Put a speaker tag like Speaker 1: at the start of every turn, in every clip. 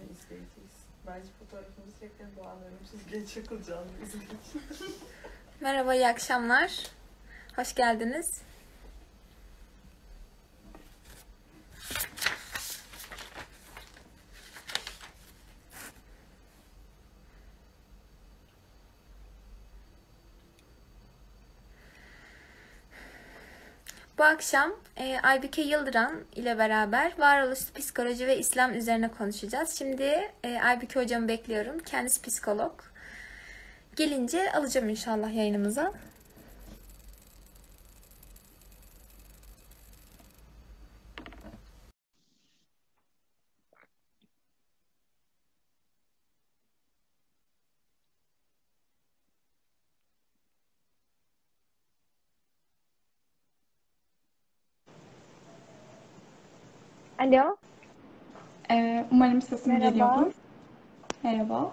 Speaker 1: izleyeceğiz. Bence fotoğrafımız çeken Doğan Ölümsüz Genç Çakılcan'ı izleyeceğiz.
Speaker 2: Merhaba, iyi akşamlar. Hoş geldiniz. Bu akşam Aybüke Yıldıran ile beraber varoluş psikoloji ve İslam üzerine konuşacağız. Şimdi Aybüke hocamı bekliyorum. Kendisi psikolog. Gelince alacağım inşallah yayınımıza. Alo.
Speaker 3: Umarım sesim
Speaker 2: Merhaba.
Speaker 3: geliyordur. Merhaba.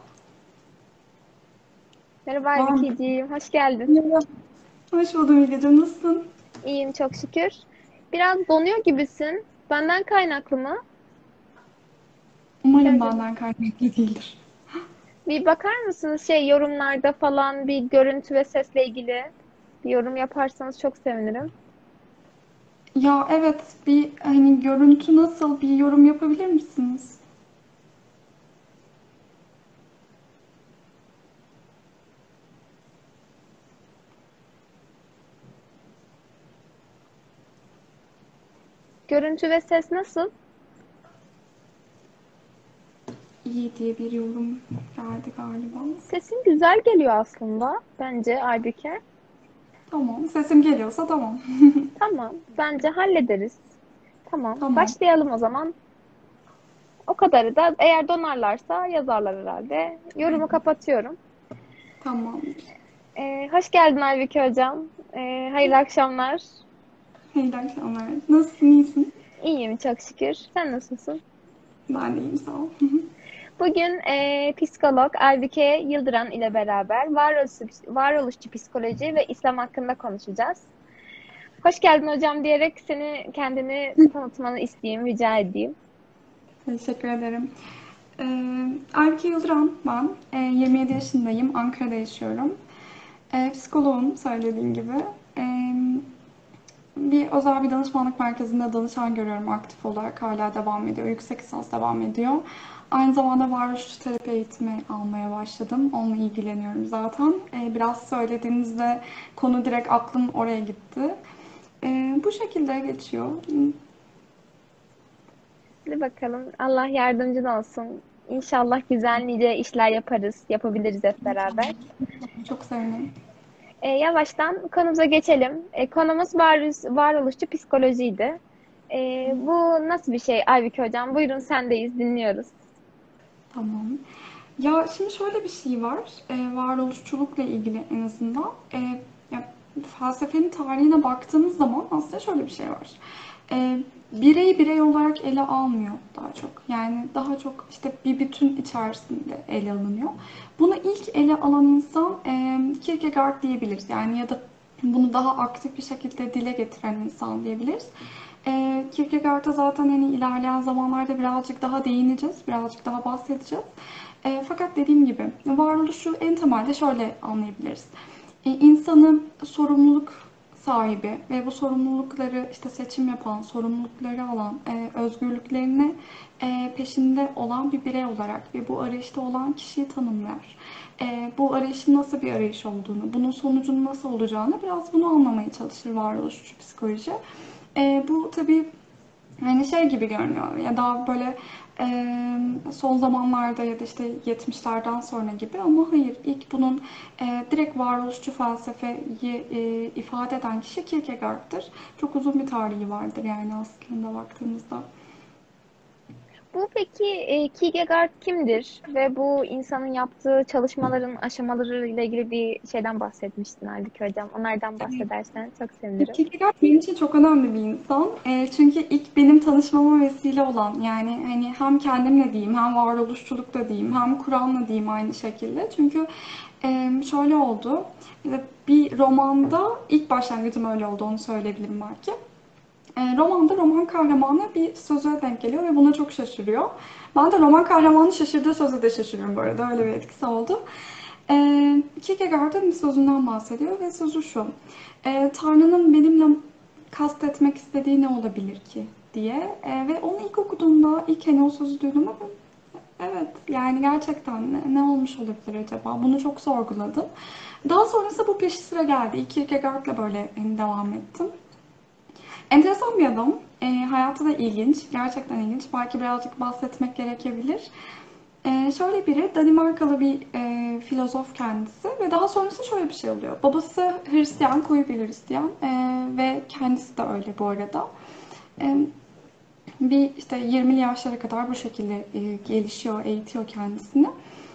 Speaker 2: Merhaba
Speaker 3: Var mı?
Speaker 2: Aybükeciğim. Hoş geldin.
Speaker 3: Merhaba. Hoş buldum İlgeciğim. Nasılsın?
Speaker 2: İyiyim çok şükür. Biraz donuyor gibisin. Benden kaynaklı mı?
Speaker 3: Umarım
Speaker 2: Şöyle
Speaker 3: benden kaynaklı değildir.
Speaker 2: bir bakar mısınız yorumlarda falan bir görüntü ve sesle ilgili bir yorum yaparsanız çok sevinirim.
Speaker 3: Ya evet, bir hani görüntü nasıl, bir yorum yapabilir misiniz?
Speaker 2: Görüntü ve ses nasıl?
Speaker 3: İyi diye bir yorum geldi galiba.
Speaker 2: Sesin güzel geliyor aslında bence Aybüke.
Speaker 3: Tamam. Sesim geliyorsa tamam.
Speaker 2: Tamam, bence hallederiz. Tamam,
Speaker 3: Tamam.
Speaker 2: başlayalım o zaman. O kadarı da eğer donarlarsa yazarlar herhalde. Yorumu kapatıyorum.
Speaker 3: Tamamdır.
Speaker 2: Hoş geldin Aybüke hocam. Hayırlı akşamlar.
Speaker 3: Hayırlı akşamlar. Nasılsın? İyisin?
Speaker 2: İyiyim çok şükür. Sen nasılsın?
Speaker 3: Ben de iyiyim, sağ ol.
Speaker 2: Bugün psikolog Aybüke Yıldıran ile beraber varoluşçu psikoloji ve İslam hakkında konuşacağız. Hoş geldin hocam diyerek kendini tanıtmanı isteyeyim, rica edeyim.
Speaker 3: Teşekkür ederim. Aybüke Yıldıran ben. 27 yaşındayım. Ankara'da yaşıyorum. Psikoloğum söylediğim gibi. Ee, Bir özel bir danışmanlık merkezinde danışan görüyorum aktif olarak. Hala devam ediyor. Yüksek lisans devam ediyor. Aynı zamanda varoluşçu terapi eğitimi almaya başladım. Onunla ilgileniyorum zaten. Biraz söylediğinizde konu direkt aklım oraya gitti. Bu şekilde geçiyor.
Speaker 2: Hadi bakalım. Allah yardımcın olsun. İnşallah güzel nice işler yapabiliriz hep beraber.
Speaker 3: Çok sevinirim.
Speaker 2: Yavaştan konumuza geçelim. Konumuz varoluşçu psikolojiydi. Bu nasıl bir şey Aybüke hocam? Buyurun sendeyiz, dinliyoruz.
Speaker 3: Tamam. Ya şimdi şöyle bir şey var. Varoluşçulukla ilgili en azından. Ya, felsefenin tarihine baktığımız zaman aslında şöyle bir şey var. Bireyi birey olarak ele almıyor daha çok. Yani daha çok işte bir bütün içerisinde ele alınıyor. Bunu ilk ele alan insan Kierkegaard diyebiliriz. Yani ya da bunu daha aktif bir şekilde dile getiren insan diyebiliriz. Kierkegaard'a zaten hani ilerleyen zamanlarda birazcık daha değineceğiz, birazcık daha bahsedeceğiz. Fakat dediğim gibi varoluşu en temelde şöyle anlayabiliriz. İnsanı sorumluluk sahibi ve bu sorumlulukları işte seçim yapan, sorumlulukları alan, özgürlüklerini peşinde olan bir birey olarak ve bu arayışta olan kişiyi tanımlar. Bu arayışın nasıl bir arayış olduğunu, bunun sonucunun nasıl olacağını biraz bunu anlamaya çalışır varoluşçu psikoloji. Bu tabii yani şey gibi görünüyor ya daha böyle son zamanlarda ya da işte 70'lerden sonra gibi ama hayır ilk bunun direkt varoluşçu felsefeyi ifade eden kişi Kierkegaard'tır. Çok uzun bir tarihi vardır yani aslında baktığımızda.
Speaker 2: Bu peki Kierkegaard kimdir? Ve bu insanın yaptığı çalışmaların aşamaları ile ilgili bir şeyden bahsetmiştin Aybüke hocam. Onlardan bahsedersen çok sevinirim.
Speaker 3: Kierkegaard benim için çok önemli bir insan. Çünkü ilk benim tanışmama vesile olan yani hani hem kendimle diyeyim hem varoluşçulukla diyeyim hem Kur'an'la diyeyim aynı şekilde. Çünkü şöyle oldu. Bir romanda ilk başlangıcım öyle oldu onu söyleyebilirim belki. Romanda roman kahramanı bir söze denk geliyor ve buna çok şaşırıyor. Ben de roman kahramanı şaşırdığı söze de şaşırıyorum bu arada. Öyle bir etkisi oldu. Kierkegaard'ın bir sözünden bahsediyor ve sözü şu. Tanrı'nın benimle kastetmek istediği ne olabilir ki diye. Ve onu ilk okuduğumda, ilk hani o sözü duyduğumda evet yani gerçekten ne olmuş olabilir acaba? Bunu çok sorguladım. Daha sonrasında bu peşi sıra geldi. İlk Kierkegaard'la böyle hani devam ettim. Enteresan bir adam. Hayatı da ilginç. Gerçekten ilginç. Belki birazcık bahsetmek gerekebilir. Şöyle biri, Danimarkalı bir filozof kendisi ve daha sonrasında şöyle bir şey oluyor. Babası Hristiyan, koyu bir Hristiyan ve kendisi de öyle bu arada. E, Bir işte 20'li yaşlara kadar bu şekilde gelişiyor, eğitiyor kendisini.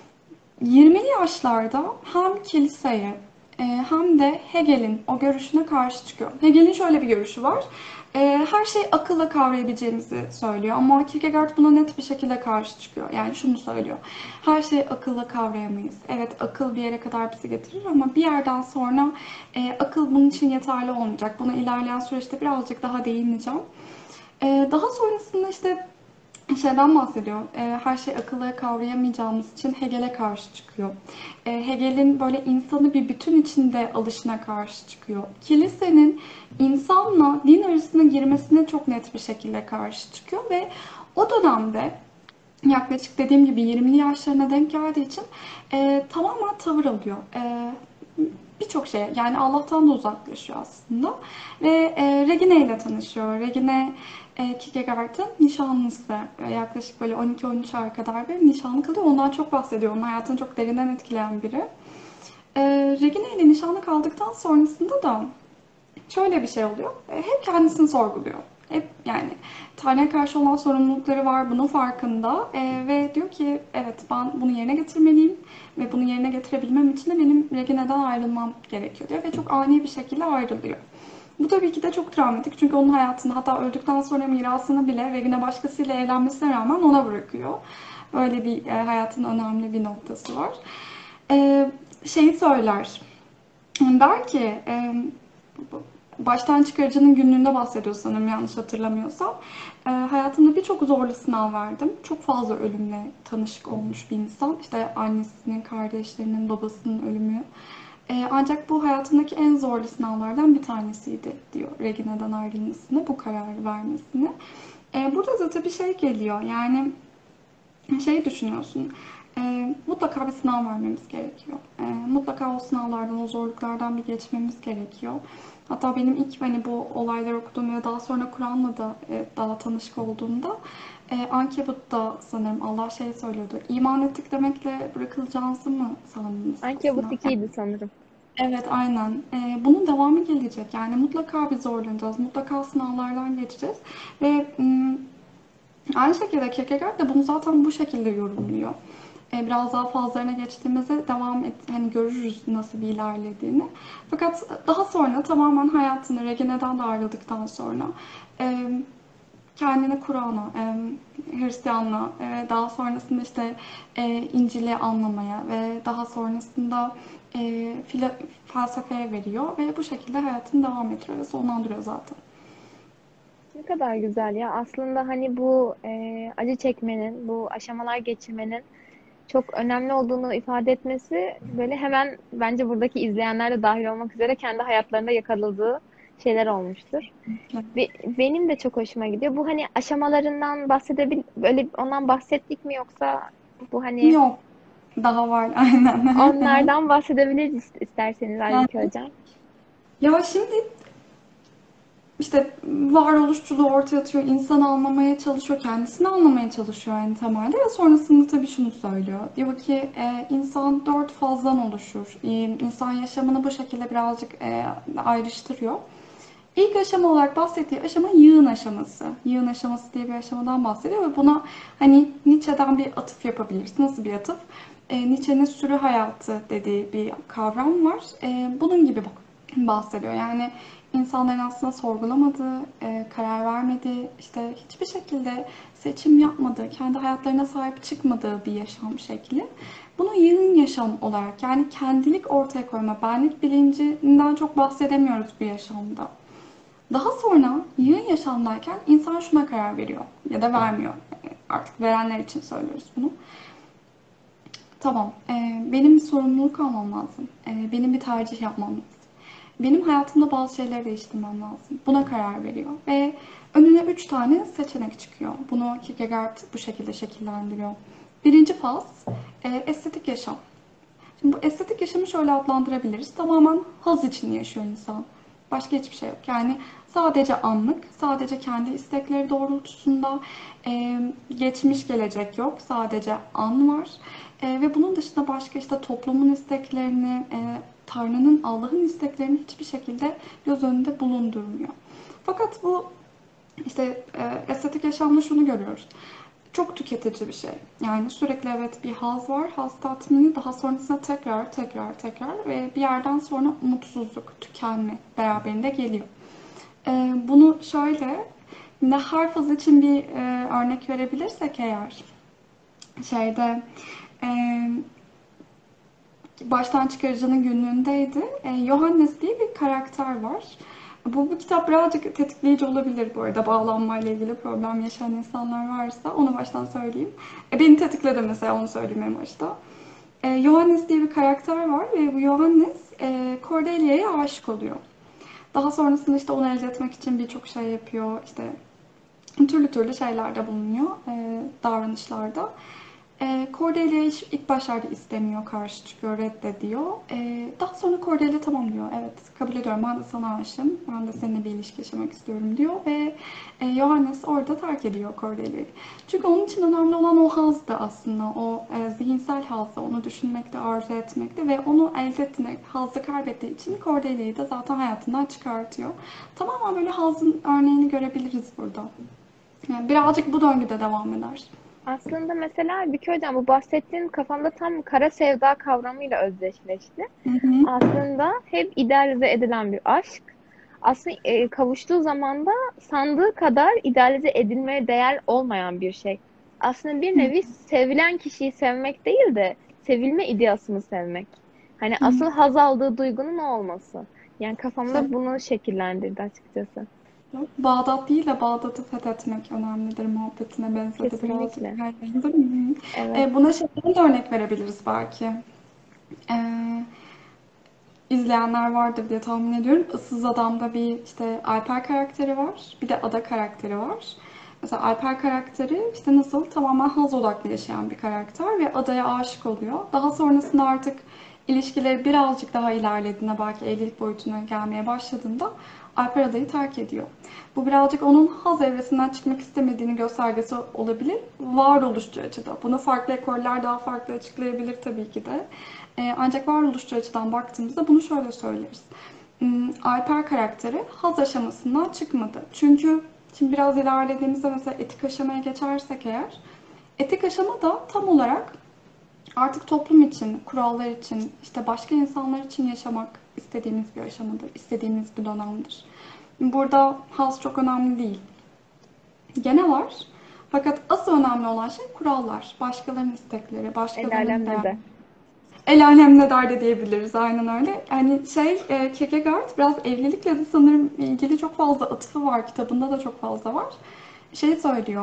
Speaker 3: 20'li yaşlarda hem kiliseye hem de Hegel'in o görüşüne karşı çıkıyor. Hegel'in şöyle bir görüşü var. Her şeyi akılla kavrayabileceğimizi söylüyor ama Kierkegaard buna net bir şekilde karşı çıkıyor. Yani şunu söylüyor. Her şeyi akılla kavrayamayız. Evet, akıl bir yere kadar bizi getirir ama bir yerden sonra akıl bunun için yeterli olmayacak. Buna ilerleyen süreçte birazcık daha değineceğim. Daha sonrasında işte şeyden bahsediyor. Her şey akılla kavrayamayacağımız için Hegel'e karşı çıkıyor. Hegel'in böyle insanı bir bütün içinde alışına karşı çıkıyor. Kilisenin insanla din arasına girmesine çok net bir şekilde karşı çıkıyor ve o dönemde yaklaşık dediğim gibi 20'li yaşlarına denk geldiği için tamamen tavır alıyor. Birçok şey yani Allah'tan da uzaklaşıyor aslında ve Regine ile tanışıyor. Regine Kierkegaard'ın nişanlısı. Yaklaşık böyle 12-13 ay kadar bir nişanlı kalıyor. Ondan çok bahsediyor. Onun hayatını çok derinden etkileyen biri. Regine ile nişanlı kaldıktan sonrasında da şöyle bir şey oluyor. Hep kendisini sorguluyor. Hep yani Tanrı'ya karşı olan sorumlulukları var, bunun farkında ve diyor ki evet ben bunu yerine getirmeliyim ve bunu yerine getirebilmem için de benim Regine'den ayrılmam gerekiyor diyor ve çok ani bir şekilde ayrılıyor. Bu tabii ki de çok travmatik çünkü onun hayatında hatta öldükten sonra mirasını bile Regine başkasıyla evlenmesine rağmen ona bırakıyor. Böyle bir hayatın önemli bir noktası var. Şeyi söyler, der ki baştan çıkarıcının günlüğünde bahsediyor sanırım yanlış hatırlamıyorsam. Hayatımda birçok zorlu sınav verdim. Çok fazla ölümle tanışık olmuş bir insan. İşte annesinin, kardeşlerinin, babasının ölümü. Ancak bu hayatındaki en zorlu sınavlardan bir tanesiydi diyor Regine'den ayrılmasını, bu kararı vermesini. Burada da tabii şey geliyor yani şey düşünüyorsun. Mutlaka bir sınav vermemiz gerekiyor. Mutlaka o sınavlardan, o zorluklardan bir geçmemiz gerekiyor. Hatta benim ilk hani bu olayları okuduğum ve daha sonra Kur'an'la da daha tanışık olduğumda Ankebut'ta sanırım Allah şey söylüyordu. İman ettik demekle bırakılacağınızı mı sandınız?
Speaker 2: Ankebut 2'ydi sanırım.
Speaker 3: Evet, aynen. Bunun devamı gelecek. Yani mutlaka bir zorlanacağız. Mutlaka sınavlardan geçeceğiz. Ve aynı şekilde Kierkegaard da bunu zaten bu şekilde yorumluyor. Biraz daha fazlarına geçtiğimizde hani görürüz nasıl bir ilerlediğini. Fakat daha sonra tamamen hayatını Regine'den de ayrıldıktan sonra kendini Kur'an'a, Hristiyanlığa ve daha sonrasında işte İncil'i anlamaya ve daha sonrasında felsefeye veriyor ve bu şekilde hayatını devam ettiriyor ve sonlandırıyor zaten.
Speaker 2: Ne kadar güzel ya. Aslında hani bu acı çekmenin, bu aşamalar geçirmenin çok önemli olduğunu ifade etmesi böyle hemen bence buradaki izleyenler de dahil olmak üzere kendi hayatlarında yakaladığı şeyler olmuştur. Benim de çok hoşuma gidiyor. Bu hani aşamalarından böyle ondan bahsettik mi yoksa bu hani
Speaker 3: Yok, daha var aynen.
Speaker 2: onlardan bahsedebiliriz isterseniz Aybüke Hocam.
Speaker 3: Ya şimdi İşte varoluşçuluğu ortaya atıyor, insanı anlamaya çalışıyor, kendisini anlamaya çalışıyor yani temelde ve sonrasında tabii şunu söylüyor. Diyor ki insan 4 fazdan oluşur. İnsan yaşamını bu şekilde birazcık ayrıştırıyor. İlk aşama olarak bahsettiği aşama yığın aşaması. Yığın aşaması diye bir aşamadan bahsediyor ve buna hani Nietzsche'den bir atıf yapabiliriz. Nasıl bir atıf? Nietzsche'nin sürü hayatı dediği bir kavram var. Bunun gibi bahsediyor. Yani insanların aslında sorgulamadığı, karar vermediği, işte hiçbir şekilde seçim yapmadığı, kendi hayatlarına sahip çıkmadığı bir yaşam şekli. Bunu yığın yaşam olarak yani kendilik ortaya koyma, benlik bilincinden çok bahsedemiyoruz bu yaşamda. Daha sonra yığın yaşamdayken insan şuna karar veriyor ya da vermiyor. Artık verenler için söylüyoruz bunu. Tamam, benim bir sorumluluk almam lazım. Benim bir tercih yapmam lazım. Benim hayatımda bazı şeyleri değiştirmem lazım. Buna karar veriyor. Ve önüne 3 tane seçenek çıkıyor. Bunu Kierkegaard bu şekilde şekillendiriyor. Birinci faz, estetik yaşam. Şimdi bu estetik yaşamı şöyle adlandırabiliriz. Tamamen haz için yaşıyor insan. Başka hiçbir şey yok. Yani sadece anlık, sadece kendi istekleri doğrultusunda geçmiş gelecek yok. Sadece an var. Ve bunun dışında başka işte toplumun isteklerini, Tanrı'nın, Allah'ın isteklerini hiçbir şekilde göz önünde bulundurmuyor. Fakat bu işte estetik yaşamda şunu görüyoruz. Çok tüketici bir şey. Yani sürekli evet bir haz var, haz tatmini, daha sonrasında tekrar ve bir yerden sonra mutsuzluk, tükenme beraberinde geliyor. Bunu şöyle, her faz için bir örnek verebilirsek eğer, şeyde e, Baştan Çıkarıcı'nın günlüğündeydi. Johannes diye bir karakter var. Bu kitap birazcık tetikleyici olabilir bu arada. Bağlanmayla ilgili problem yaşayan insanlar varsa onu baştan söyleyeyim. Beni tetikledi mesela, onu söyleyeyim en başta. Johannes diye bir karakter var ve bu Johannes Cordelia'ya aşık oluyor. Daha sonrasında işte onu elde etmek için birçok şey yapıyor. İşte türlü şeylerde bulunuyor, davranışlarda. Cordelia ilk başlarda istemiyor, karşı çıkıyor, reddediyor. Daha sonra Cordelia tamam diyor, evet kabul ediyorum, ben de sana aşığım, ben de seninle bir ilişki yaşamak istiyorum diyor ve Johannes orada terk ediyor Cordelia'yı. Çünkü onun için önemli olan o hazdı aslında, o zihinsel hazdı, onu düşünmekte, arzu etmekte ve onu elde ettiğinde hazzı kaybettiği için Cordelia'yı da zaten hayatından çıkartıyor. Tamamen böyle hazın örneğini görebiliriz burada. Yani birazcık bu döngüde devam eder.
Speaker 2: Aslında mesela Bükü Hocam bu bahsettiğin kafamda tam kara sevda kavramıyla özdeşleşti.
Speaker 3: Hı hı.
Speaker 2: Aslında hep idealize edilen bir aşk. Aslında kavuştuğu zaman da sandığı kadar idealize edilmeye değer olmayan bir şey. Aslında bir nevi sevilen kişiyi sevmek değil de sevilme ideasını sevmek. Hani
Speaker 3: Hı hı.
Speaker 2: asıl haz aldığı duygunun o olması. Yani kafamda bunu şekillendirdi açıkçası.
Speaker 3: Bağdat değil de Bağdat'ı fethetmek önemlidir muhabbetine benzedi birazcık.
Speaker 2: Kesinlikle.
Speaker 3: Yani, değil mi?
Speaker 2: Evet.
Speaker 3: Buna şeyden de örnek verebiliriz belki. E, izleyenler vardır diye tahmin ediyorum. Issız Adam'da bir işte Alper karakteri var. Bir de Ada karakteri var. Mesela Alper karakteri işte nasıl tamamen haz odaklı yaşayan bir karakter ve Ada'ya aşık oluyor. Daha sonrasında artık ilişkileri birazcık daha ilerlediğinde, belki evlilik boyutuna gelmeye başladığında Alper Ada'yı terk ediyor. Bu birazcık onun haz evresinden çıkmak istemediğini göstergesi olabilir. Varoluşçu açıda. Bunu farklı ekoller daha farklı açıklayabilir tabii ki de. Ancak varoluşçu açıdan baktığımızda bunu şöyle söyleriz. Alper karakteri haz aşamasından çıkmadı. Çünkü şimdi biraz ilerlediğimizde mesela etik aşamaya geçersek eğer, etik aşama da tam olarak artık toplum için, kurallar için, işte başka insanlar için yaşamak istediğimiz bir aşamadır, istediğimiz bir dönemdir. Burada haz çok önemli değil. Gene var. Fakat asıl önemli olan şey kurallar, başkalarının istekleri,
Speaker 2: El
Speaker 3: başkalarının
Speaker 2: alem ne
Speaker 3: değerleri.
Speaker 2: de.
Speaker 3: El alem ne der de diyebiliriz, aynen öyle. Yani Kierkegaard biraz evlilikle de sanırım ilgili çok fazla atıfı var, kitabında da çok fazla var. Şey söylüyor,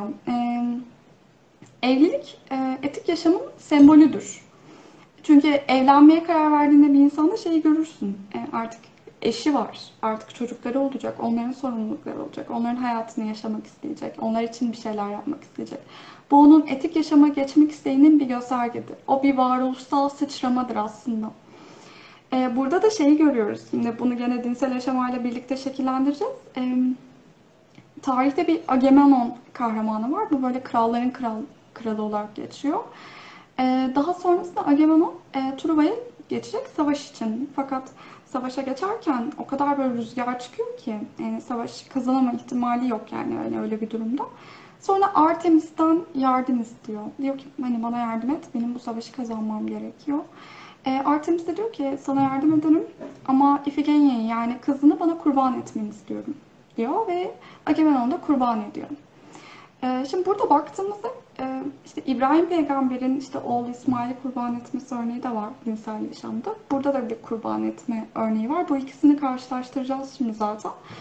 Speaker 3: evlilik etik yaşamın sembolüdür. Çünkü evlenmeye karar verdiğinde bir insanda şeyi görürsün, artık eşi var, artık çocukları olacak, onların sorumlulukları olacak, onların hayatını yaşamak isteyecek, onlar için bir şeyler yapmak isteyecek. Bu onun etik yaşama geçmek isteğinin bir göstergesidir. O bir varoluşsal sıçramadır aslında. Burada da şeyi görüyoruz. Şimdi bunu gene dinsel yaşamayla birlikte şekillendireceğiz. Tarihte bir Agamemnon kahramanı var. Bu böyle kralların kralı olarak geçiyor. Daha sonrasında Agamemnon Truva'ya geçecek savaş için. Fakat savaşa geçerken o kadar böyle rüzgar çıkıyor ki savaş kazanama ihtimali yok, yani öyle bir durumda. Sonra Artemis'ten yardım istiyor. Diyor ki hani bana yardım et, benim bu savaşı kazanmam gerekiyor. Artemis de diyor ki sana yardım ederim ama Ifigenya'yı, yani kızını bana kurban etmeni istiyorum diyor ve Agamemnon da kurban ediyor. Şimdi burada baktığımızda işte İbrahim peygamberin işte oğlu İsmail'i kurban etmesi örneği de var dinsel yaşamda. Burada da bir kurban etme örneği var. Bu ikisini karşılaştıracağız şimdi zaten.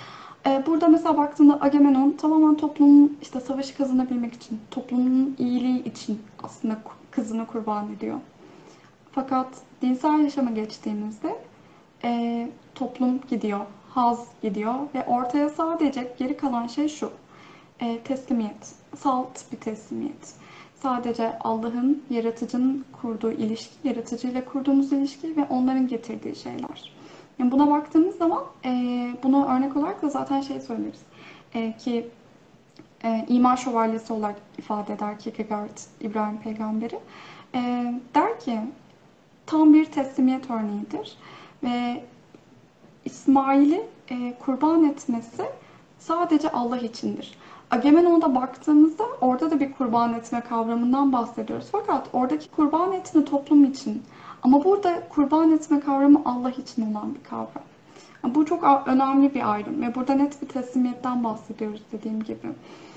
Speaker 3: Burada mesela baktığında Agamemnon tamamen toplumun işte savaşı kazanabilmek için, toplumun iyiliği için aslında kızını kurban ediyor. Fakat dinsel yaşama geçtiğimizde toplum gidiyor, haz gidiyor ve ortaya sadece geri kalan şey şu. Teslimiyet, salt bir teslimiyet. Sadece Allah'ın, yaratıcının kurduğu ilişki, yaratıcıyla kurduğumuz ilişki ve onların getirdiği şeyler. Yani buna baktığımız zaman bunu örnek olarak da zaten şey söyleriz. Ki iman şövalyesi olarak ifade eder Kierkegaard, İbrahim Peygamberi. Der ki tam bir teslimiyet örneğidir. Ve İsmail'i kurban etmesi sadece Allah içindir. Agamemnon'a baktığımızda orada da bir kurban etme kavramından bahsediyoruz. Fakat oradaki kurban etme toplum için. Ama burada kurban etme kavramı Allah için olan bir kavram. Bu çok önemli bir ayrım ve burada net bir teslimiyetten bahsediyoruz dediğim gibi.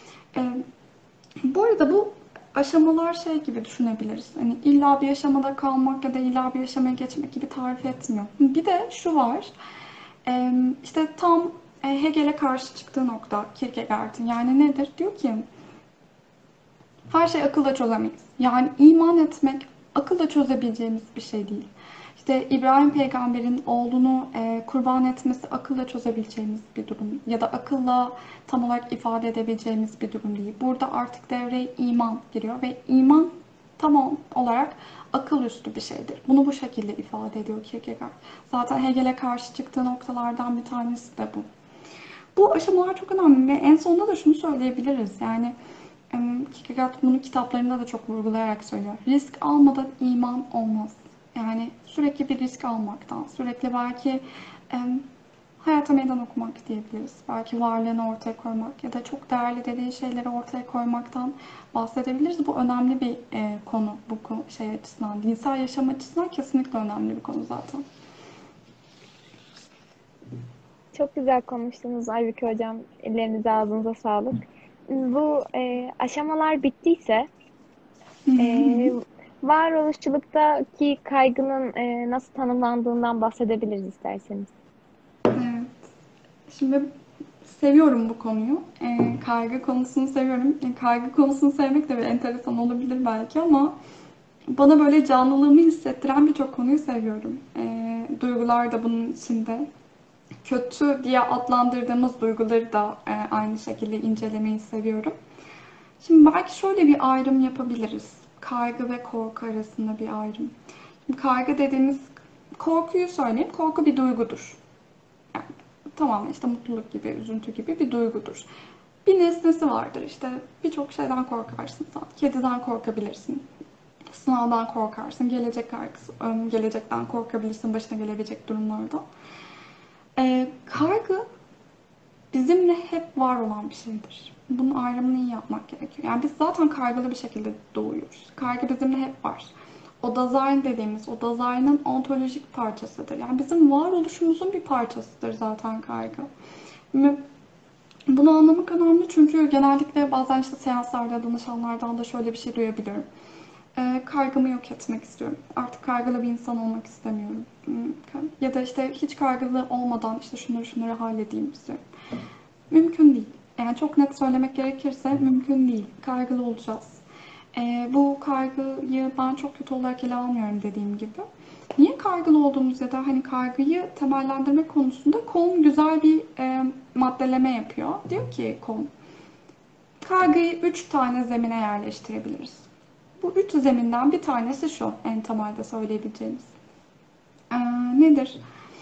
Speaker 3: Bu arada bu aşamalar şey gibi düşünebiliriz. Hani illa bir aşamada kalmak ya da illa bir aşamaya geçmek gibi tarif etmiyor. Bir de şu var. İşte tam Hegel'e karşı çıktığı nokta Kierkegaard'ın. Yani nedir? Diyor ki her şey akılla çözemeyiz. Yani iman etmek akılla çözebileceğimiz bir şey değil. İşte İbrahim peygamberin oğlunu kurban etmesi akılla çözebileceğimiz bir durum. Ya da akılla tam olarak ifade edebileceğimiz bir durum değil. Burada artık devreye iman giriyor ve iman tam olarak akıl üstü bir şeydir. Bunu bu şekilde ifade ediyor Kierkegaard. Zaten Hegel'e karşı çıktığı noktalardan bir tanesi de bu. Bu aşamalar çok önemli ve en sonunda da şunu söyleyebiliriz. Yani Kierkegaard bunu kitaplarında da çok vurgulayarak söylüyor. Risk almadan iman olmaz. Yani sürekli bir risk almaktan, sürekli belki hayata meydan okumak diyebiliriz. Belki varlığını ortaya koymak ya da çok değerli dediği şeyleri ortaya koymaktan bahsedebiliriz. Bu önemli bir konu. Bu şey açısından, dinsel yaşam açısından kesinlikle önemli bir konu zaten.
Speaker 2: Çok güzel konuştunuz Aybüke Hocam. Ellerinize ağzınıza sağlık. Bu aşamalar bittiyse varoluşçuluktaki kaygının nasıl tanımlandığından bahsedebiliriz isterseniz.
Speaker 3: Evet. Şimdi seviyorum bu konuyu. Kaygı konusunu seviyorum. Kaygı konusunu sevmek de bir enteresan olabilir belki ama bana böyle canlılığımı hissettiren birçok konuyu seviyorum. Duygular da bunun içinde. Kötü diye adlandırdığımız duyguları da aynı şekilde incelemeyi seviyorum. Şimdi belki şöyle bir ayrım yapabiliriz. Kaygı ve korku arasında bir ayrım. Şimdi kaygı dediğimiz, korkuyu söyleyeyim. Korku bir duygudur. Yani, tamamen işte mutluluk gibi, üzüntü gibi bir duygudur. Bir nesnesi vardır işte. Birçok şeyden korkarsın sen. Kediden korkabilirsin. Sınavdan korkarsın. Gelecek kaygısı, gelecekten korkabilirsin başına gelebilecek durumlarda. Kaygı bizimle hep var olan bir şeydir. Bunun ayrımını iyi yapmak gerekiyor. Yani biz zaten kaygılı bir şekilde doğuyoruz. Kaygı bizimle hep var. O Dasein dediğimiz, o Dasein'in ontolojik parçasıdır. Yani bizim varoluşumuzun bir parçasıdır zaten kaygı. Bunu anlamak önemli çünkü genellikle bazen işte seanslarda, danışanlardan da şöyle bir şey duyabiliyorum. Kaygımı yok etmek istiyorum. Artık kaygılı bir insan olmak istemiyorum. Ya da işte hiç kaygılı olmadan işte şunları halledeyim istiyorum. Mümkün değil. Yani çok net söylemek gerekirse mümkün değil. Kaygılı olacağız. Bu kaygıyı ben çok kötü olarak ele almıyorum dediğim gibi. Niye kaygılı olduğumuz ya da hani kaygıyı temellendirme konusunda Kohn güzel bir maddeleme yapıyor. Diyor ki Kohn, kaygıyı 3 tane zemine yerleştirebiliriz. Bu 3 zeminden bir tanesi şu, en temelde söyleyebileceğimiz. Nedir?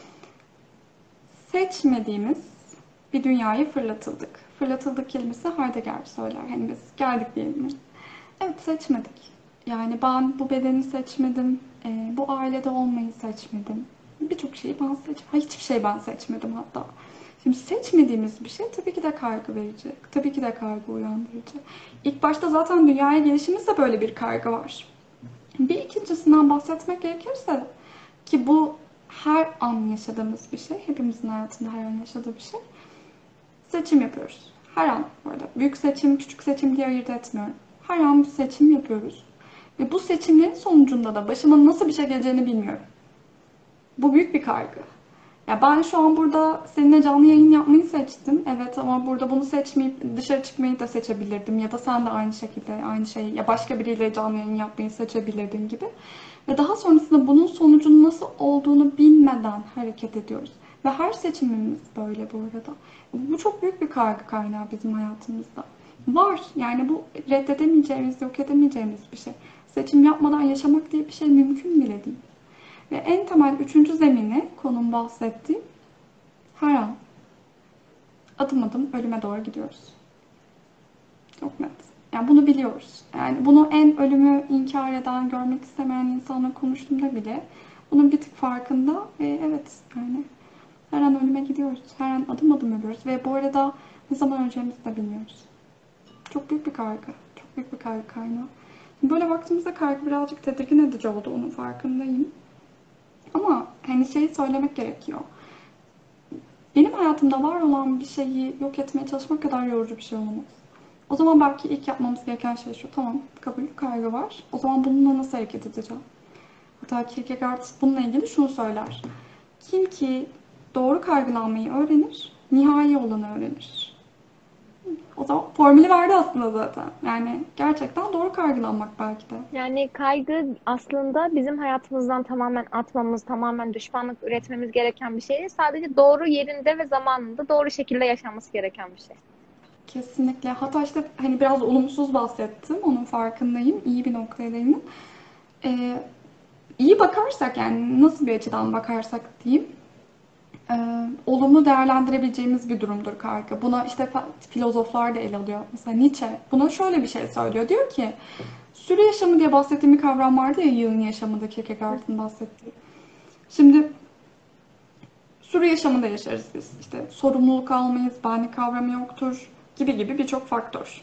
Speaker 3: Seçmediğimiz bir dünyaya fırlatıldık. Fırlatıldık kelimesi Heidegger söyler. Hani biz geldik diyelim. Evet, seçmedik. Yani ben bu bedeni seçmedim. Bu ailede olmayı seçmedim. Birçok şeyi ben seçmedim. Hiçbir şey ben seçmedim hatta. Şimdi seçmediğimiz bir şey tabii ki de kaygı verici. Tabii ki de kaygı uyandırıcı. İlk başta zaten dünyaya gelişimizde böyle bir kaygı var. Bir ikincisinden bahsetmek gerekirse ki bu her an yaşadığımız bir şey. Hepimizin hayatında her an yaşadığı bir şey. Seçim yapıyoruz. Her an bu arada. Büyük seçim, küçük seçim diye ayırt etmiyorum. Her an bir seçim yapıyoruz. Ve bu seçimlerin sonucunda da başıma nasıl bir şey geleceğini bilmiyorum. Bu büyük bir kaygı. Ya ben şu an burada seninle canlı yayın yapmayı seçtim. Evet, ama burada bunu seçmeyip dışarı çıkmayı da seçebilirdim. Ya da sen de aynı şekilde aynı şeyi ya başka biriyle canlı yayın yapmayı seçebilirdin gibi. Ve daha sonrasında bunun sonucunun nasıl olduğunu bilmeden hareket ediyoruz. Ve her seçimimiz böyle bu arada. Bu çok büyük bir kaygı kaynağı bizim hayatımızda. Var. Yani bu reddedemeyeceğimiz, yok edemeyeceğimiz bir şey. Seçim yapmadan yaşamak diye bir şey mümkün bile değil. Ve en temel üçüncü zemini, konum bahsettiğim, her an adım adım ölüme doğru gidiyoruz. Çok net. Yani bunu biliyoruz. Yani bunu en ölümü inkar eden, görmek istemeyen insanla konuştuğumda bile bunun bir tık farkında. Ve evet, yani her an ölüme gidiyoruz. Her an adım adım ölüyoruz. Ve bu arada ne zaman öleceğimizi de bilmiyoruz. Çok büyük bir kaygı. Çok büyük bir kaygı kaynağı. Böyle baktığımızda kaygı birazcık tedirgin edici oldu. Onun farkındayım. Ama hani şeyi söylemek gerekiyor. Benim hayatımda var olan bir şeyi yok etmeye çalışmak kadar yorucu bir şey olamaz. O zaman belki ilk yapmamız gereken şey şu. Tamam, kabul, kaygı var. O zaman bununla nasıl hareket edeceğim? Hatta Kierkegaard bununla ilgili şunu söyler. Kim ki doğru kaygılanmayı öğrenir, nihai olanı öğrenir. O zaman formülü verdi aslında zaten. Yani gerçekten doğru kaygılanmak belki de.
Speaker 4: Yani kaygı aslında bizim hayatımızdan tamamen atmamız, tamamen düşmanlık üretmemiz gereken bir şey değil. Sadece doğru yerinde ve zamanında doğru şekilde yaşanması gereken bir şey.
Speaker 3: Kesinlikle. Hatta işte hani biraz olumsuz bahsettim. Onun farkındayım. İyi bir noktaya değindin. İyi bakarsak, yani nasıl bir açıdan bakarsak diyeyim, olumlu değerlendirebileceğimiz bir durumdur kaygı. Buna işte filozoflar da ele alıyor. Mesela Nietzsche buna şöyle bir şey söylüyor. Diyor ki sürü yaşamı diye bahsettiğim bir kavram vardı ya, yığın yaşamında Kierkegaard'ın bahsettiği. Şimdi sürü yaşamında yaşarız biz. İşte sorumluluk almayız, benlik kavramı yoktur gibi gibi birçok faktör.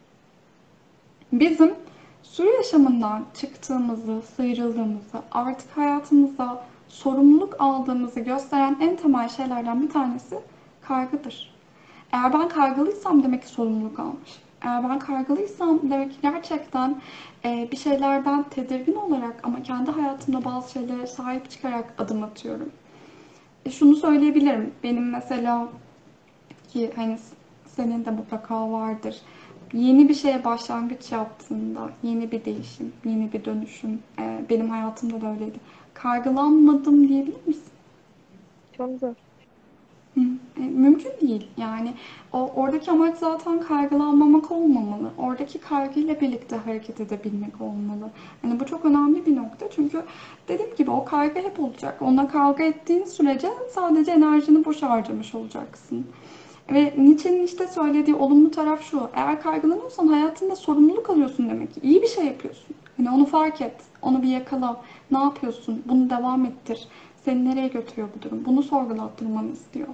Speaker 3: Bizim sürü yaşamından çıktığımızı, sıyrıldığımızı, artık hayatımızda sorumluluk aldığımızı gösteren en temel şeylerden bir tanesi kaygıdır. Eğer ben kaygılıysam demek ki sorumluluk almış. Eğer ben kaygılıysam demek ki gerçekten bir şeylerden tedirgin olarak ama kendi hayatımda bazı şeylere sahip çıkarak adım atıyorum. Şunu söyleyebilirim. Benim mesela, ki hani senin de mutlaka vardır. Yeni bir şeye başlangıç yaptığında, yeni bir değişim, yeni bir dönüşüm, benim hayatımda da öyleydi. Kaygılanmadım diyebilir misin?
Speaker 4: Çok zor.
Speaker 3: Mümkün değil. Yani oradaki amaç zaten kaygılanmamak olmamalı. Oradaki kaygıyla birlikte hareket edebilmek olmalı. Yani bu çok önemli bir nokta. Çünkü dediğim gibi o kaygı hep olacak. Onunla kavga ettiğin sürece sadece enerjini boş harcamış olacaksın. Ve Nietzsche'nin işte söylediği olumlu taraf şu. Eğer kaygılanıyorsan hayatında sorumluluk alıyorsun demek ki. İyi bir şey yapıyorsun. Yani onu fark et. Onu bir yakala. Ne yapıyorsun? Bunu devam ettir. Seni nereye götürüyor bu durum? Bunu sorgulattırmanı istiyor.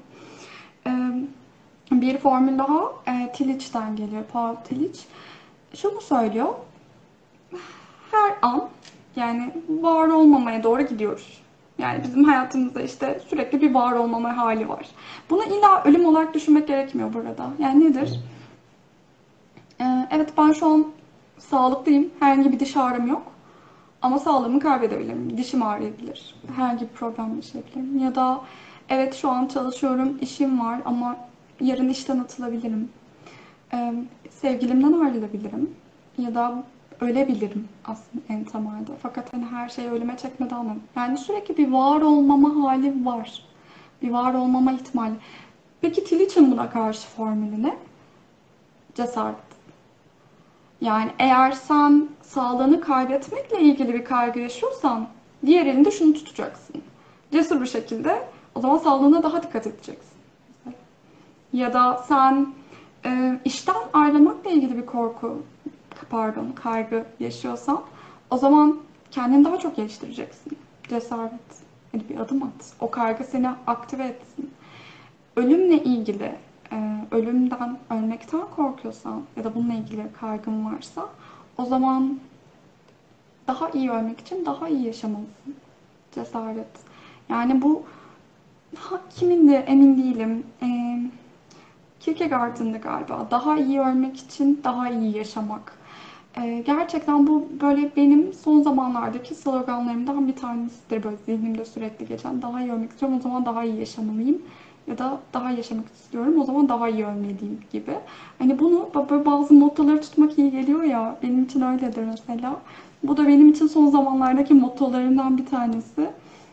Speaker 3: Bir formül daha Tillich'ten geliyor. Paul Tillich. Şunu söylüyor. Her an yani var olmamaya doğru gidiyoruz. Yani bizim hayatımızda işte sürekli bir var olmama hali var. Bunu illa ölüm olarak düşünmek gerekmiyor burada. Yani nedir? Evet, ben şu an sağlıklıyım. Herhangi bir diş ağrım yok. Ama sağlığımı kaybedebilirim. Dişim ağrıyabilir. Herhangi bir problem yaşayabilirim. Ya da evet, şu an çalışıyorum, işim var ama yarın işten atılabilirim. Sevgilimden ayrılabilirim. Ya da ölebilirim aslında en temelde. Fakat hani her şeyi ölüme çekmeden anladım. Yani sürekli bir var olmama hali var. Bir var olmama ihtimali. Peki Tillich'in buna karşı formülü ne? Cesaret. Yani eğer sen sağlığını kaybetmekle ilgili bir kaygı yaşıyorsan diğer elinde şunu tutacaksın. Cesur bir şekilde o zaman sağlığına daha dikkat edeceksin. Ya da sen işten ayrılmakla ilgili bir kaygı yaşıyorsan o zaman kendini daha çok geliştireceksin. Cesaret. Yani bir adım at. O kaygı seni aktive etsin. Ölümle ilgili, ölümden, ölmekten korkuyorsan ya da bununla ilgili kaygın varsa o zaman daha iyi ölmek için daha iyi yaşamalısın. Cesaret. Yani bu kimin de emin değilim. Kierkegaard'ın da galiba daha iyi ölmek için daha iyi yaşamak. Gerçekten bu böyle benim son zamanlardaki sloganlarımdan bir tanesidir. Böyle zihnimde sürekli geçen. Daha iyi ölmek istiyorum, o zaman daha iyi yaşamalıyım. Ya da daha iyi yaşamak istiyorum, o zaman daha iyi ölmeliyim gibi. Hani bunu böyle bazı mottoları tutmak iyi geliyor ya. Benim için öyledir mesela. Bu da benim için son zamanlardaki mottolarımdan bir tanesi.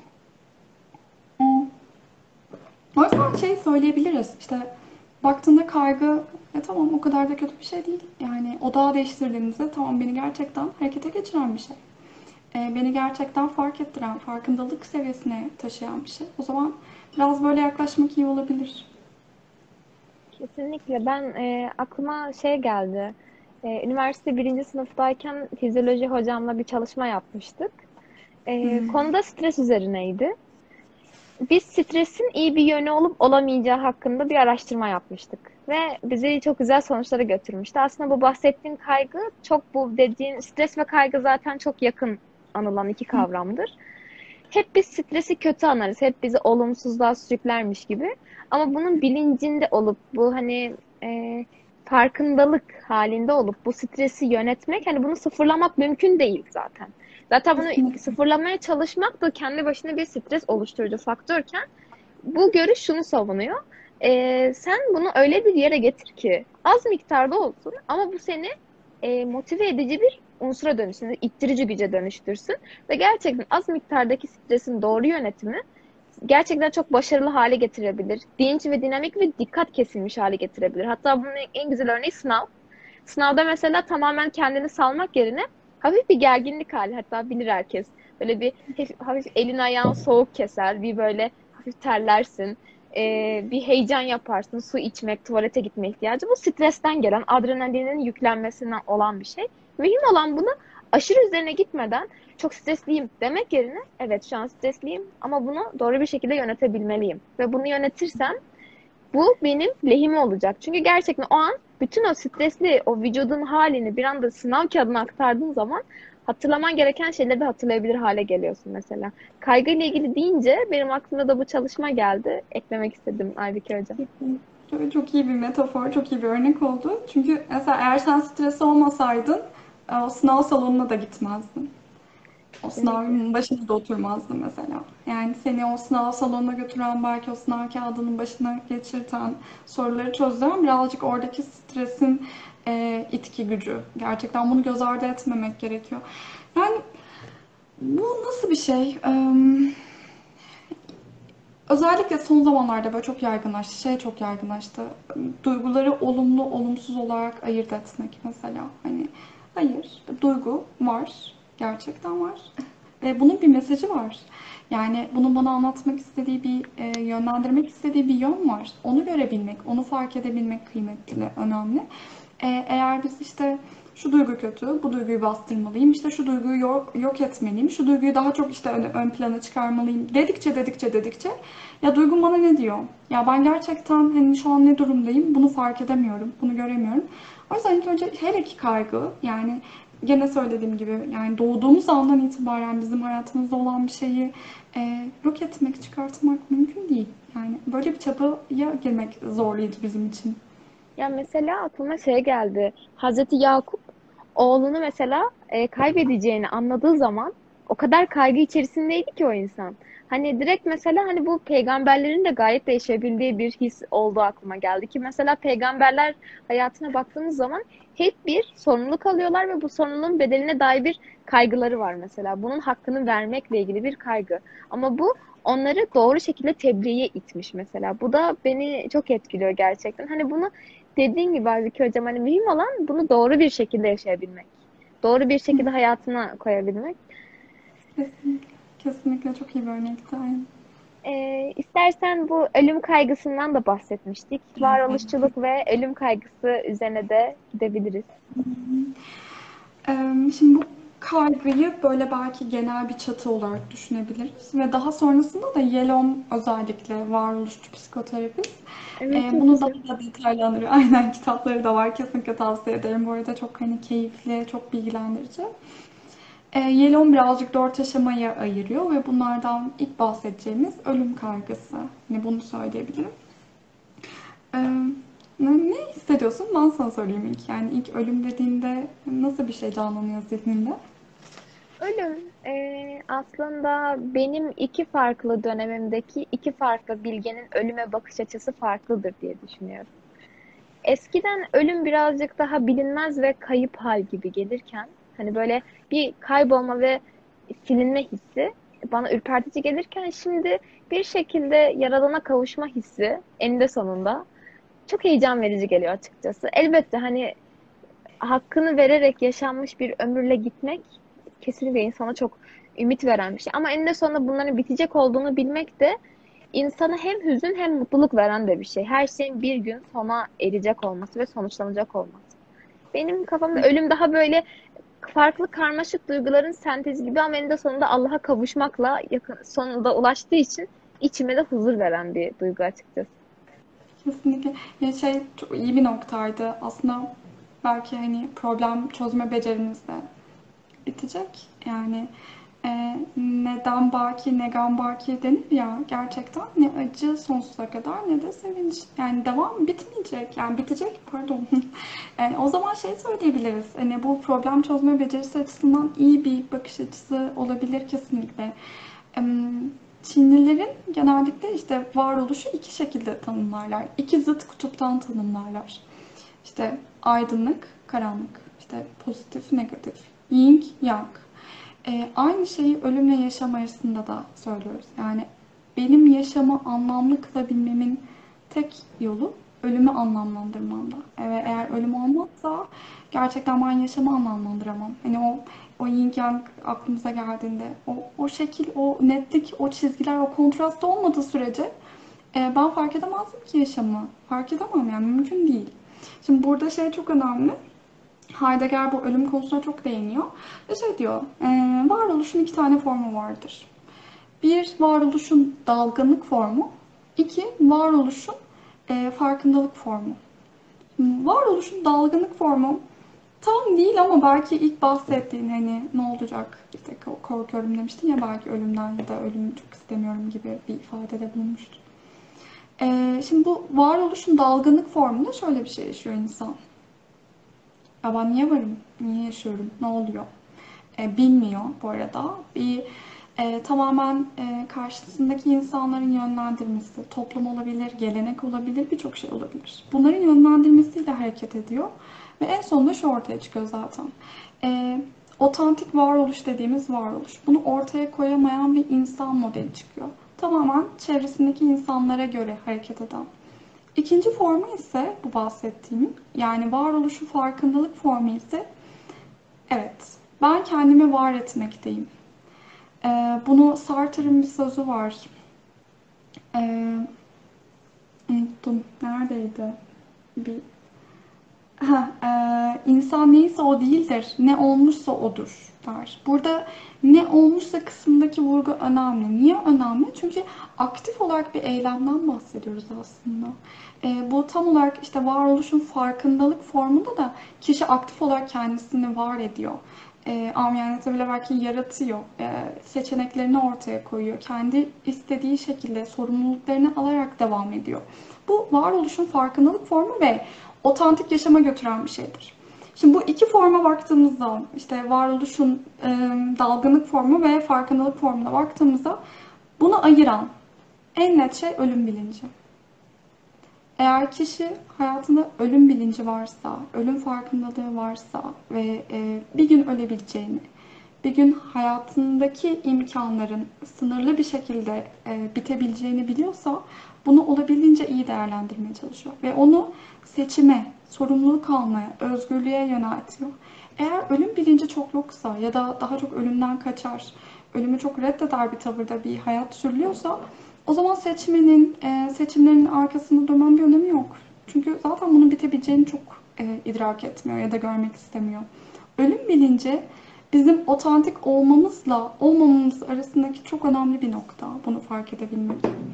Speaker 3: O yüzden şey söyleyebiliriz. İşte baktığında kaygı tamam o kadar da kötü bir şey değil. Yani odağı değiştirdiğimizde tamam beni gerçekten harekete geçiren bir şey. Beni gerçekten fark ettiren, farkındalık seviyesine taşıyan bir şey. O zaman biraz böyle yaklaşmak iyi olabilir.
Speaker 4: Kesinlikle. Ben aklıma şey geldi. Üniversite birinci sınıftayken fizyoloji hocamla bir çalışma yapmıştık. Konuda stres üzerineydi. Biz stresin iyi bir yönü olup olamayacağı hakkında bir araştırma yapmıştık. Ve bizi çok güzel sonuçlara götürmüştü. Aslında bu bahsettiğim kaygı çok bu dediğin stres ve kaygı zaten çok yakın anılan iki kavramdır. Hep biz stresi kötü anlarız. Hep bizi olumsuzluğa sürüklermiş gibi. Ama bunun bilincinde olup bu hani farkındalık halinde olup bu stresi yönetmek hani bunu sıfırlamak mümkün değil zaten. Zaten bunu
Speaker 3: Kesinlikle.
Speaker 4: sıfırlamaya çalışmak da kendi başına bir stres oluşturucu faktörken bu görüş şunu savunuyor. Sen bunu öyle bir yere getir ki az miktarda olsun ama bu seni motive edici bir unsura dönüşsün, ittirici güce dönüştürsün ve gerçekten az miktardaki stresin doğru yönetimi gerçekten çok başarılı hale getirebilir. Dinç ve dinamik ve dikkat kesilmiş hale getirebilir. Hatta bunun en güzel örneği sınav. Sınavda mesela tamamen kendini salmak yerine hafif bir gerginlik hali, hatta bilir herkes. Böyle bir hafif elin ayağın soğuk keser, bir böyle hafif terlersin, bir heyecan yaparsın, su içmek, tuvalete gitme ihtiyacı. Bu stresten gelen, adrenalinin yüklenmesinden olan bir şey. Mühim olan bunu aşırı üzerine gitmeden çok stresliyim demek yerine evet şu an stresliyim ama bunu doğru bir şekilde yönetebilmeliyim. Ve bunu yönetirsem bu benim lehime olacak. Çünkü gerçekten o an bütün o stresli, o vücudun halini bir anda sınav kağıdına aktardığın zaman hatırlaman gereken şeyleri de hatırlayabilir hale geliyorsun mesela. Kaygıyla ilgili deyince benim aklıma da bu çalışma geldi. Eklemek istedim Aybüke Hocam.
Speaker 3: Çok iyi bir metafor, çok iyi bir örnek oldu. Çünkü mesela eğer sen stresli olmasaydın o sınav salonuna da gitmezdin. O
Speaker 4: Kesinlikle.
Speaker 3: sınavın başında da oturmazdın mesela. Yani seni o sınav salonuna götüren, belki o sınav kağıdının başına geçirten, soruları çözdüren birazcık oradaki stresin itki gücü. Gerçekten bunu göz ardı etmemek gerekiyor. Yani bu nasıl bir şey? Özellikle son zamanlarda böyle çok yaygınlaştı, çok yaygınlaştı. Duyguları olumlu, olumsuz olarak ayırt etmek mesela. Hani hayır, duygu var, gerçekten var. Ve bunun bir mesajı var. Yani bunun bana anlatmak istediği bir, yönlendirmek istediği bir yön var. Onu görebilmek, onu fark edebilmek kıymetli, önemli. Eğer biz işte şu duygu kötü, bu duyguyu bastırmalıyım, işte şu duyguyu yok etmeliyim, şu duyguyu daha çok işte ön plana çıkarmalıyım dedikçe ya duygum bana ne diyor? Ya ben gerçekten hani şu an ne durumdayım? Bunu fark edemiyorum, bunu göremiyorum. O yüzden ilk önce her iki kaygı yani gene söylediğim gibi yani doğduğumuz andan itibaren bizim hayatımızda olan bir şeyi yok etmek, çıkartmak mümkün değil. Yani böyle bir çabaya girmek zorlayıcı bizim için.
Speaker 4: Ya mesela aklıma şey geldi. Hazreti Yakup oğlunu mesela kaybedeceğini anladığı zaman o kadar kaygı içerisindeydi ki o insan. Hani direkt mesela hani bu peygamberlerin de gayet değişebildiği bir his olduğu aklıma geldi ki mesela peygamberler hayatına baktığımız zaman hep bir sorumluluk alıyorlar ve bu sorumluluğun bedeline dair bir kaygıları var mesela. Bunun hakkını vermekle ilgili bir kaygı. Ama bu onları doğru şekilde tebliğe itmiş mesela. Bu da beni çok etkiliyor gerçekten. Hani bunu dediğin gibi Aybüke Hocam hani mühim olan bunu doğru bir şekilde yaşayabilmek. Doğru bir şekilde hayatına koyabilmek.
Speaker 3: Kesinlikle, kesinlikle çok iyi bir örnekti. Aynen.
Speaker 4: İstersen bu ölüm kaygısından da bahsetmiştik.
Speaker 3: Evet.
Speaker 4: Varoluşçuluk ve ölüm kaygısı üzerine de gidebiliriz.
Speaker 3: Şimdi bu kaygıyı böyle belki genel bir çatı olarak düşünebiliriz ve daha sonrasında da Yelom özellikle varoluşçu psikoterapist
Speaker 4: Evet, çok
Speaker 3: bunu daha
Speaker 4: güzel.
Speaker 3: da detaylandırıyor. Aynen kitapları da var. Kesinlikle tavsiye ederim. Bu arada çok hani keyifli, çok bilgilendirici. Yelom birazcık dört aşamaya ayırıyor ve bunlardan ilk bahsedeceğimiz ölüm kaygısı. Hani bunu söyleyebilirim. Ee, Ne hissediyorsun? Ben sana sorayım ilk. Yani ilk ölüm dediğinde nasıl bir şey canlanıyor zihninde?
Speaker 4: Ölüm aslında benim iki farklı dönemimdeki iki farklı bilgenin ölüme bakış açısı farklıdır diye düşünüyorum. Eskiden ölüm birazcık daha bilinmez ve kayıp hal gibi gelirken hani böyle bir kaybolma ve silinme hissi bana ürpertici gelirken şimdi bir şekilde Yaradan'a kavuşma hissi eninde sonunda çok heyecan verici geliyor açıkçası. Elbette hani hakkını vererek yaşanmış bir ömürle gitmek kesinlikle insana çok ümit veren bir şey. Ama eninde sonunda bunların bitecek olduğunu bilmek de insana hem hüzün hem mutluluk veren de bir şey. Her şeyin bir gün sona erecek olması ve sonuçlanacak olması. Benim kafamda ölüm daha böyle farklı karmaşık duyguların sentezi gibi ama eninde sonunda Allah'a kavuşmakla yakın, sonunda ulaştığı için içime de huzur veren bir duygu açıkçası.
Speaker 3: Kesinlikle. Ya çok iyi bir noktaydı. Aslında belki hani problem çözme becerimiz de bitecek. Yani neden baki, negan baki denir ya, gerçekten ne acı sonsuza kadar ne de sevinç. Yani devam bitmeyecek. Yani bitecek, pardon. Yani o zaman söyleyebiliriz. Hani bu problem çözme becerisi açısından iyi bir bakış açısı olabilir kesinlikle. Çinlilerin genellikle işte varoluşu iki şekilde tanımlarlar. İki zıt kutuptan tanımlarlar. İşte aydınlık, karanlık, işte pozitif, negatif, yin, yang. Aynı şeyi ölümle yaşam arasında da söylüyoruz. Yani benim yaşamı anlamlı kılabilmemin tek yolu ölümü anlamlandırmamda. Eğer ölüm olmazsa gerçekten ben yaşamı anlamlandıramam. Hani o yin yang aklımıza geldiğinde o şekil, o netlik, o çizgiler, o kontrast olmadığı sürece ben fark edemezdim ki yaşamı. Fark edemem yani, mümkün değil. Şimdi burada çok önemli. Heidegger bu ölüm konusuna çok değiniyor. Ve diyor, varoluşun iki tane formu vardır. Bir, varoluşun dalgınlık formu. İki, varoluşun farkındalık formu. Varoluşun dalgınlık formu tam değil ama belki ilk bahsettiğin hani ne olacak, işte korkuyorum demiştin ya, belki ölümden ya da ölümü çok istemiyorum gibi bir ifadede bulunmuştu. Şimdi bu varoluşun dalgınlık formunda şöyle bir şey yaşıyor insan. Ya ben niye varım? Niye yaşıyorum? Ne oluyor? Bilmiyor bu arada. Tamamen karşısındaki insanların yönlendirmesi, toplum olabilir, gelenek olabilir, birçok şey olabilir. Bunların yönlendirmesiyle hareket ediyor. Ve en sonunda şu ortaya çıkıyor zaten. Otantik varoluş dediğimiz varoluş. Bunu ortaya koyamayan bir insan modeli çıkıyor. Tamamen çevresindeki insanlara göre hareket eden. İkinci formu ise bu bahsettiğim, yani varoluşu farkındalık formu ise evet, ben kendimi var etmekteyim. Bunu Sartre'ın bir sözü var. Unuttum. Neredeydi? İnsan neyse o değildir. Ne olmuşsa odur der. Burada ne olmuşsa kısmındaki vurgu önemli. Niye önemli? Çünkü aktif olarak bir eylemden bahsediyoruz aslında. Bu tam olarak işte varoluşun farkındalık formunda da kişi aktif olarak kendisini var ediyor. Amiyane bile belki yaratıyor. Seçeneklerini ortaya koyuyor. Kendi istediği şekilde sorumluluklarını alarak devam ediyor. Bu varoluşun farkındalık formu ve otantik yaşama götüren bir şeydir. Şimdi bu iki forma baktığımızda, işte varoluşun dalgınlık formu ve farkındalık formuna baktığımızda bunu ayıran en net şey ölüm bilinci. Eğer kişi hayatında ölüm bilinci varsa, ölüm farkındalığı varsa ve bir gün ölebileceğini, bir gün hayatındaki imkanların sınırlı bir şekilde bitebileceğini biliyorsa bunu olabildiğince iyi değerlendirmeye çalışıyor. Ve onu seçime, sorumluluk almaya, özgürlüğe yöneltiyor. Eğer ölüm bilinci çok yoksa ya da daha çok ölümden kaçar, ölümü çok reddeder bir tavırda bir hayat sürülüyorsa o zaman seçimlerinin arkasında durmanın bir önemi yok. Çünkü zaten bunun bitebileceğini çok idrak etmiyor ya da görmek istemiyor. Ölüm bilinci bizim otantik olmamızla olmamamız arasındaki çok önemli bir nokta. Bunu fark edebilmek.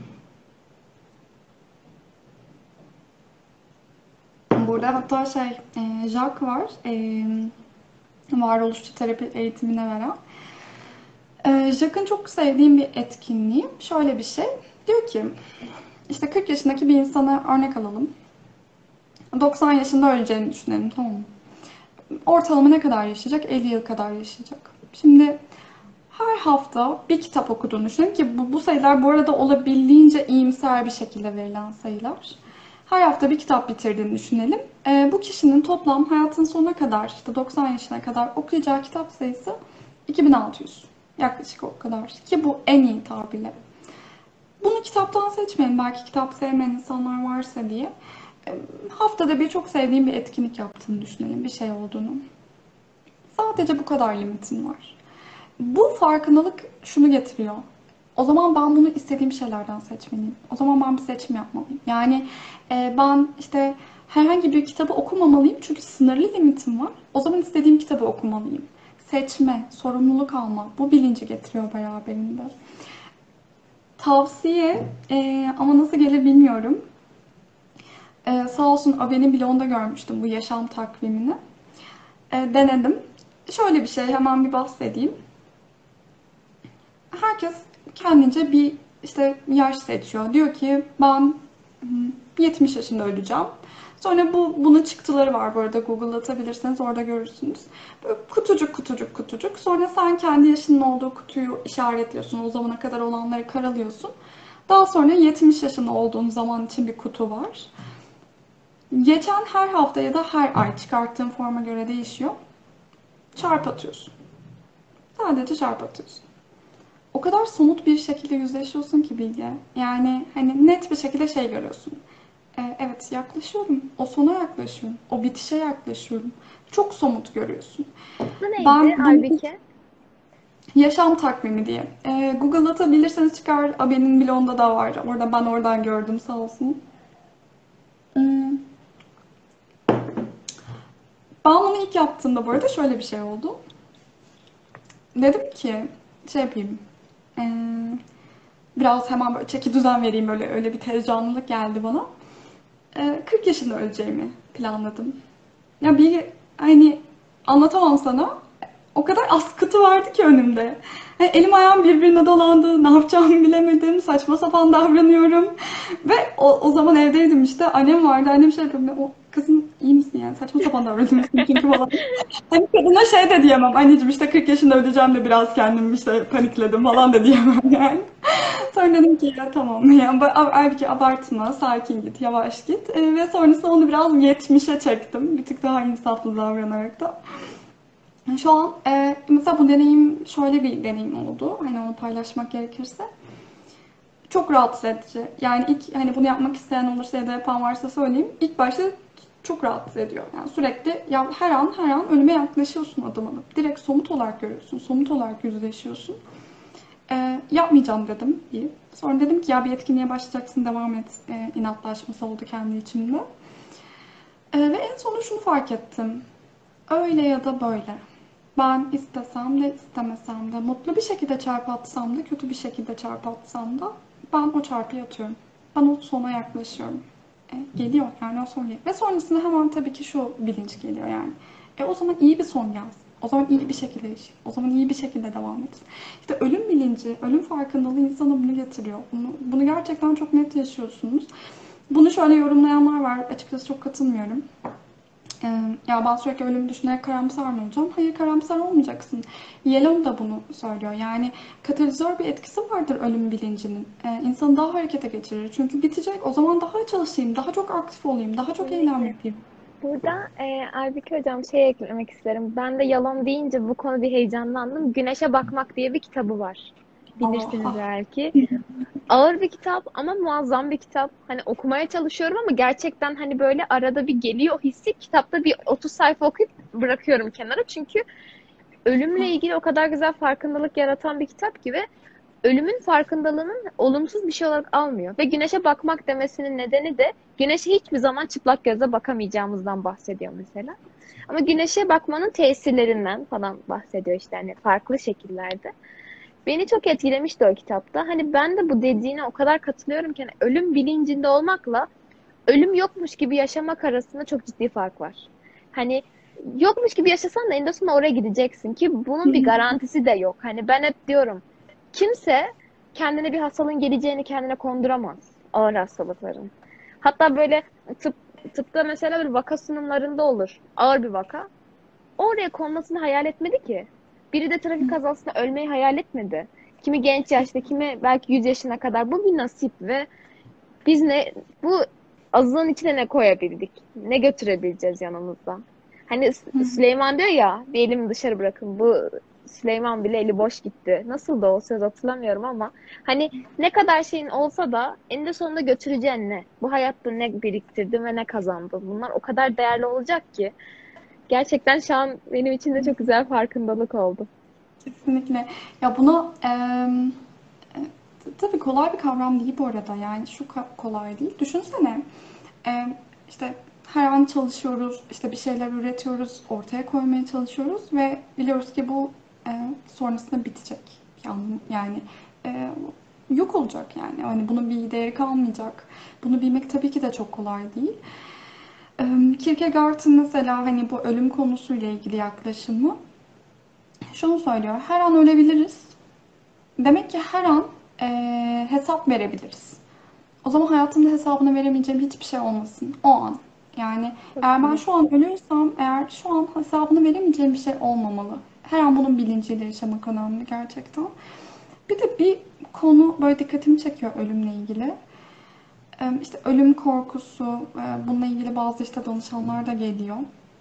Speaker 3: Burada hatta Jacques var. Varoluşçu terapi eğitimine veren. Jacques'ın çok sevdiğim bir etkinliği şöyle bir şey. Diyor ki, işte 40 yaşındaki bir insana örnek alalım. 90 yaşında öleceğini düşünelim, tamam mı? Ortalama ne kadar yaşayacak? 50 yıl kadar yaşayacak. Şimdi her hafta bir kitap okuduğunu düşünün ki bu sayılar bu arada olabildiğince iyimser bir şekilde verilen sayılar. Her hafta bir kitap bitirdiğini düşünelim. Bu kişinin toplam hayatın sonuna kadar, işte 90 yaşına kadar okuyacağı kitap sayısı 2600. Yaklaşık o kadar. Ki bu en iyi tabirle. Bunu kitaptan seçmeyin. Belki kitap sevmeyen insanlar varsa diye. Haftada bir çok sevdiğim bir etkinlik yaptığını düşünelim. Bir şey olduğunu. Sadece bu kadar limitin var. Bu farkındalık şunu getiriyor. O zaman ben bunu istediğim şeylerden seçmeliyim. O zaman ben bir seçim yapmalıyım. Yani ben işte herhangi bir kitabı okumamalıyım çünkü sınırlı limitim var. O zaman istediğim kitabı okumalıyım. Seçme, sorumluluk alma, bu bilinci getiriyor beraberinde. Tavsiye ama nasıl gelir bilmiyorum. Sağ olsun Aben'in blogunda görmüştüm bu yaşam takvimini. Denedim. Şöyle bir şey hemen bir bahsedeyim. Herkes kendince bir işte yaş seçiyor. Diyor ki ben 70 yaşında öleceğim. Sonra bunun çıktıları var bu arada, Google'latabilirseniz orada görürsünüz. Böyle kutucuk kutucuk kutucuk. Sonra sen kendi yaşının olduğu kutuyu işaretliyorsun. O zamana kadar olanları karalıyorsun. Daha sonra 70 yaşında olduğun zaman için bir kutu var. Geçen her hafta ya da her ay çıkarttığın forma göre değişiyor. Çarp atıyorsun. Sadece çarp atıyorsun. O kadar somut bir şekilde yüzleşiyorsun ki Bilge. Yani hani net bir şekilde şey görüyorsun. Evet, yaklaşıyorum. O sona yaklaşıyorum. O bitişe yaklaşıyorum. Çok somut görüyorsun.
Speaker 4: Bu neydi
Speaker 3: Ben
Speaker 4: Aybike?
Speaker 3: yaşam takvimi diye. Google'latabilirseniz çıkar. Aben'in blogunda da var. Oradan gördüm, sağ olsun. Hmm. Ben bunu ilk yaptığımda bu arada şöyle bir şey oldu. Dedim ki şey yapayım. Biraz hemen böyle çeki düzen vereyim, böyle öyle bir heyecanlılık geldi bana. 40 yaşında öleceğimi planladım. Ya hani anlatamam sana. O kadar askıtı vardı ki önümde. Hani elim ayağım birbirine dolandı. Ne yapacağımı bilemedim. Saçma sapan davranıyorum. Ve o zaman evdeydim işte. Annem vardı. Annem şey yapıyor. O kızım iyi misin yani? Saçma sapan davranıyorsun çünkü falan. Hani kadına şey de diyemem. Anneciğim işte 40 yaşında öleceğim de biraz kendim işte panikledim falan da diyemem yani. Sonra dedim ki ya tamam ya, halbuki abartma, sakin git, yavaş git. Ve sonrasında onu biraz 70'e çektim. Bir tık daha insaflı davranarak da. Şu an mesela bu deneyim şöyle bir deneyim oldu. Hani onu paylaşmak gerekirse. Çok rahatsız edici. Yani ilk hani bunu yapmak isteyen olursa ya da yapan varsa söyleyeyim. İlk başta çok rahatsız ediyor. Yani sürekli ya her an ölüme yaklaşıyorsun adım adım. Direkt somut olarak görüyorsun. Somut olarak yüzleşiyorsun. Yapmayacağım dedim bir. Sonra dedim ki ya bir etkinliğe başlayacaksın, devam et. İnatlaşması oldu kendi içimde. Ve en sonunda şunu fark ettim. Öyle ya da böyle. Ben istesem de istemesem de, mutlu bir şekilde çarpı atsam da, kötü bir şekilde çarpı atsam da ben o çarpıyı atıyorum. Ben o sona yaklaşıyorum. Geliyor yani, o son geliyor. Ve sonrasında hemen tabii ki şu bilinç geliyor yani. O zaman iyi bir son gelsin. O zaman iyi bir şekilde yaşayın. O zaman iyi bir şekilde devam etsin. İşte ölüm bilinci, ölüm farkındalığı insana bunu getiriyor. Bunu gerçekten çok net yaşıyorsunuz. Bunu şöyle yorumlayanlar var. Açıkçası çok katılmıyorum. Ya ben sürekli ölümü düşünerek karamsar mı olacağım? Hayır, karamsar olmayacaksın. Yellow da bunu söylüyor. Yani katalizör bir etkisi vardır ölüm bilincinin. İnsanı daha harekete geçirir. Çünkü bitecek. O zaman daha çalışayım, daha çok aktif olayım, daha çok eylem yapayım.
Speaker 4: Burada Aybike Hocam şey eklemek isterim. Ben de yalan deyince bu konu bir heyecanlandım. Güneşe Bakmak diye bir kitabı var. Bilirsiniz belki. Ağır bir kitap ama muazzam bir kitap. Hani okumaya çalışıyorum ama gerçekten hani böyle arada bir geliyor hissi. Kitapta bir 30 sayfa okuyup bırakıyorum kenara. Çünkü ölümle ilgili o kadar güzel farkındalık yaratan bir kitap ki ve ölümün farkındalığının olumsuz bir şey olarak almıyor. Ve güneşe bakmak demesinin nedeni de güneşe hiçbir zaman çıplak gözle bakamayacağımızdan bahsediyor mesela. Ama güneşe bakmanın tesirlerinden falan bahsediyor işte hani farklı şekillerde. Beni çok etkilemişti o kitapta. Hani ben de bu dediğine o kadar katılıyorum ki hani ölüm bilincinde olmakla ölüm yokmuş gibi yaşamak arasında çok ciddi fark var. Hani yokmuş gibi yaşasan da eninde sonunda oraya gideceksin ki bunun bir garantisi de yok. Hani ben hep diyorum kimse kendine bir hastalığın geleceğini kendine konduramaz. Ağır hastalıkların. Hatta böyle tıp tıpta mesela bir vaka sunumlarında olur. Ağır bir vaka. Oraya konmasını hayal etmedi ki. Biri de trafik kazasında ölmeyi hayal etmedi. Kimi genç yaşta, kimi belki 100 yaşına kadar. Bu bir nasip ve biz bu azığın içine ne koyabildik? Ne götürebileceğiz yanımızda? Hani Süleyman diyor ya, bir elimi dışarı bırakın. Bu Süleyman bile eli boş gitti. Nasıl da o söz hatırlamıyorum ama hani ne kadar şeyin olsa da eninde sonunda götüreceğin ne? Bu hayatta ne biriktirdin ve ne kazandın? Bunlar o kadar değerli olacak ki. Gerçekten şu an benim için de çok güzel farkındalık oldu.
Speaker 3: Kesinlikle. Ya buna tabii kolay bir kavram değil bu arada. Yani şu kolay değil. Düşünsene, işte her an çalışıyoruz, işte bir şeyler üretiyoruz, ortaya koymaya çalışıyoruz ve biliyoruz ki bu sonrasında bitecek. Yani e, yok olacak yani. Hani bunun bir değeri kalmayacak. Bunu bilmek tabii ki de çok kolay değil. Kierkegaard'ın mesela hani bu ölüm konusuyla ilgili yaklaşımı şunu söylüyor. Her an ölebiliriz. Demek ki her an hesap verebiliriz. O zaman hayatımda hesabını veremeyeceğim hiçbir şey olmasın. O an. Yani
Speaker 4: Çok
Speaker 3: eğer ben
Speaker 4: güzel.
Speaker 3: şu an ölürsem, eğer şu an hesabını veremeyeceğim bir şey olmamalı. Her an bunun bilinciyle yaşamak önemli gerçekten. Bir de bir konu böyle dikkatimi çekiyor ölümle ilgili. İşte ölüm korkusu, bununla ilgili bazı işte danışanlar da geliyor.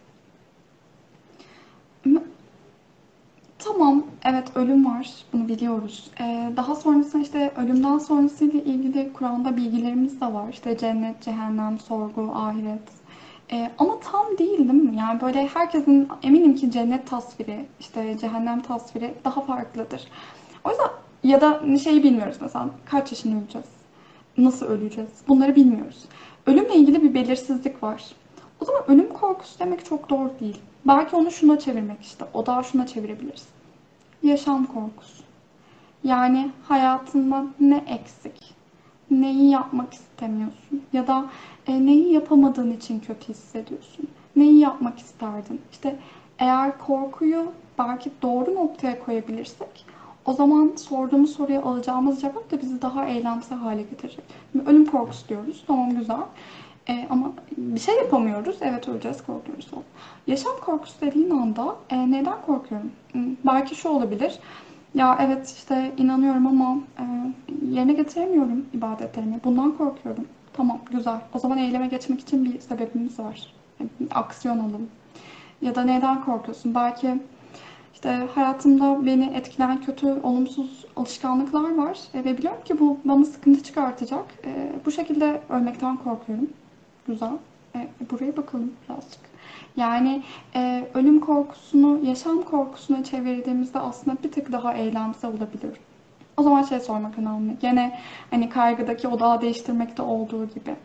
Speaker 3: Tamam, evet ölüm var. Bunu biliyoruz. Daha sonrasında işte ölümden sonrasıyla ilgili Kur'an'da bilgilerimiz de var. İşte cennet, cehennem, sorgu, ahiret. Ama tam değil, değil mi? Yani böyle herkesin eminim ki cennet tasviri, işte cehennem tasviri daha farklıdır. O yüzden ya da şeyi bilmiyoruz mesela. Kaç yaşında öleceğiz? Nasıl öleceğiz? Bunları bilmiyoruz. Ölümle ilgili bir belirsizlik var. O zaman ölüm korkusu demek çok doğru değil. Belki onu şuna çevirmek işte. Odağı şuna çevirebiliriz. Yaşam korkusu. Yani hayatında ne eksik, neyi yapmak istemiyorsun ya da neyi yapamadığın için kötü hissediyorsun. Neyi yapmak isterdin? İşte eğer korkuyu belki doğru noktaya koyabilirsek o zaman sorduğumuz soruya alacağımız cevap da bizi daha eylemsel hale getirecek. Şimdi ölüm korkusu diyoruz. Tamam, güzel. Ama bir şey yapamıyoruz. Evet, öleceğiz, korkuyoruz. Yaşam korkusu dediğin anda neden korkuyorum? Belki şu olabilir. Ya evet işte inanıyorum ama yerine getiremiyorum ibadetlerimi. Bundan korkuyorum. Tamam, güzel. O zaman eyleme geçmek için bir sebebimiz var. Bir aksiyon alın. Ya da neden korkuyorsun? Belki işte hayatımda beni etkileyen kötü, olumsuz alışkanlıklar var. Ve biliyorum ki bu bana sıkıntı çıkartacak. Bu şekilde ölmekten korkuyorum. Güzel. Buraya bakalım birazcık. Yani ölüm korkusunu yaşam korkusuna çevirdiğimizde aslında bir tık daha eylemsel olabilir. O zaman şey sormak önemli. Gene hani kaygıdaki odağı değiştirmekte olduğu gibi.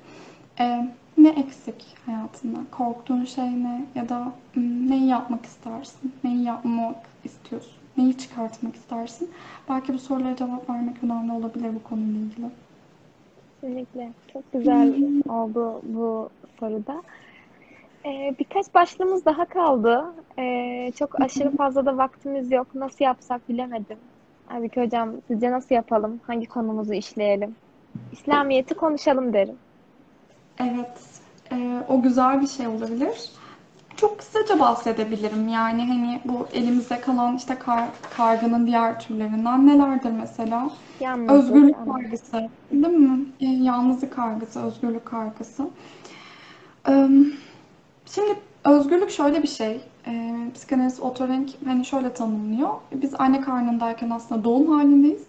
Speaker 3: Ne eksik hayatında? Korktuğun şey ne? Ya da neyi yapmak istersin? Neyi yapmak istiyorsun? Neyi çıkartmak istersin? Belki bu sorulara cevap vermek önemli olabilir bu konuyla ilgili.
Speaker 4: Kesinlikle. Çok güzel oldu bu soruda. Birkaç başlığımız daha kaldı. Çok aşırı fazla da vaktimiz yok. Nasıl yapsak bilemedim. Halbuki hocam sizce nasıl yapalım? Hangi konumuzu işleyelim? İslamiyet'i konuşalım derim.
Speaker 3: Evet, o güzel bir şey olabilir. Çok kısaca bahsedebilirim. Yani hani bu elimizde kalan işte kargının diğer türlerinden nelerdir mesela?
Speaker 4: Yalnızlık,
Speaker 3: Özgürlük
Speaker 4: anladım.
Speaker 3: kargısı, değil mi? Yalnızlık kargısı, özgürlük kargısı. Ee, Şimdi özgürlük şöyle bir şey. Psikanalist Otto Rank hani şöyle tanımlıyor. Biz anne karnındayken aslında doğum halindeyiz.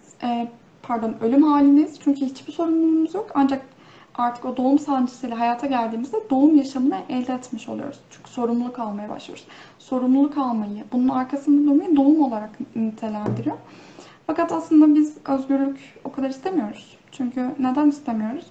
Speaker 3: Ölüm halindeyiz. Çünkü hiçbir sorumluluğumuz yok. Ancak artık o doğum sancısıyla hayata geldiğimizde doğum yaşamını elde etmiş oluyoruz. Çünkü sorumluluk almaya başlıyoruz. Sorumluluk almayı, bunun arkasında durmayı doğum olarak nitelendiriyor. Fakat aslında biz özgürlük o kadar istemiyoruz. Çünkü neden istemiyoruz?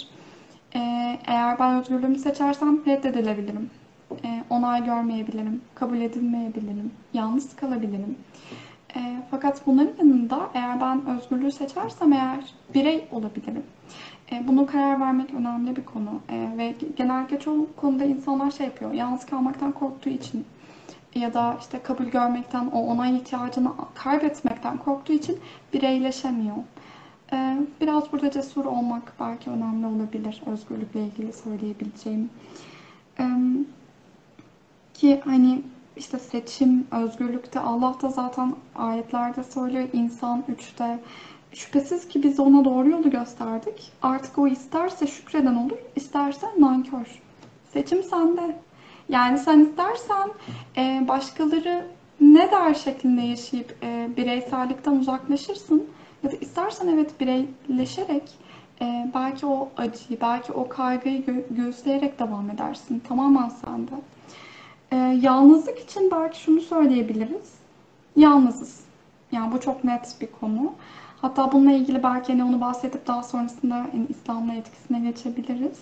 Speaker 3: Eğer ben özgürlüğümü seçersem reddedilebilirim. Onay görmeyebilirim, kabul edilmeyebilirim, yalnız kalabilirim. Fakat bunların yanında eğer ben özgürlüğü seçersem eğer birey olabilirim. Bunu karar vermek önemli bir konu. Ve genellikle çoğu konuda insanlar şey yapıyor, yalnız kalmaktan korktuğu için ya da işte kabul görmekten, o onay ihtiyacını kaybetmekten korktuğu için bireyleşemiyor. Biraz burada cesur olmak belki önemli olabilir. Özgürlükle ilgili söyleyebileceğim. Ee, Ki hani işte seçim, özgürlükte Allah da zaten ayetlerde söylüyor. İnsan 3'te. Şüphesiz ki biz ona doğru yolu gösterdik. Artık o isterse şükreden olur, isterse nankör. Seçim sende. Yani sen istersen başkaları ne der şeklinde yaşayıp bireysellikten uzaklaşırsın. Ya da istersen evet bireyleşerek belki o acıyı, belki o kaygıyı göğüsleyerek devam edersin. Tamamen sende. Yalnızlık için belki şunu söyleyebiliriz. Yalnızız. Yani bu çok net bir konu. Hatta bununla ilgili belki hani onu bahsedip daha sonrasında yani İslam'la etkisine geçebiliriz.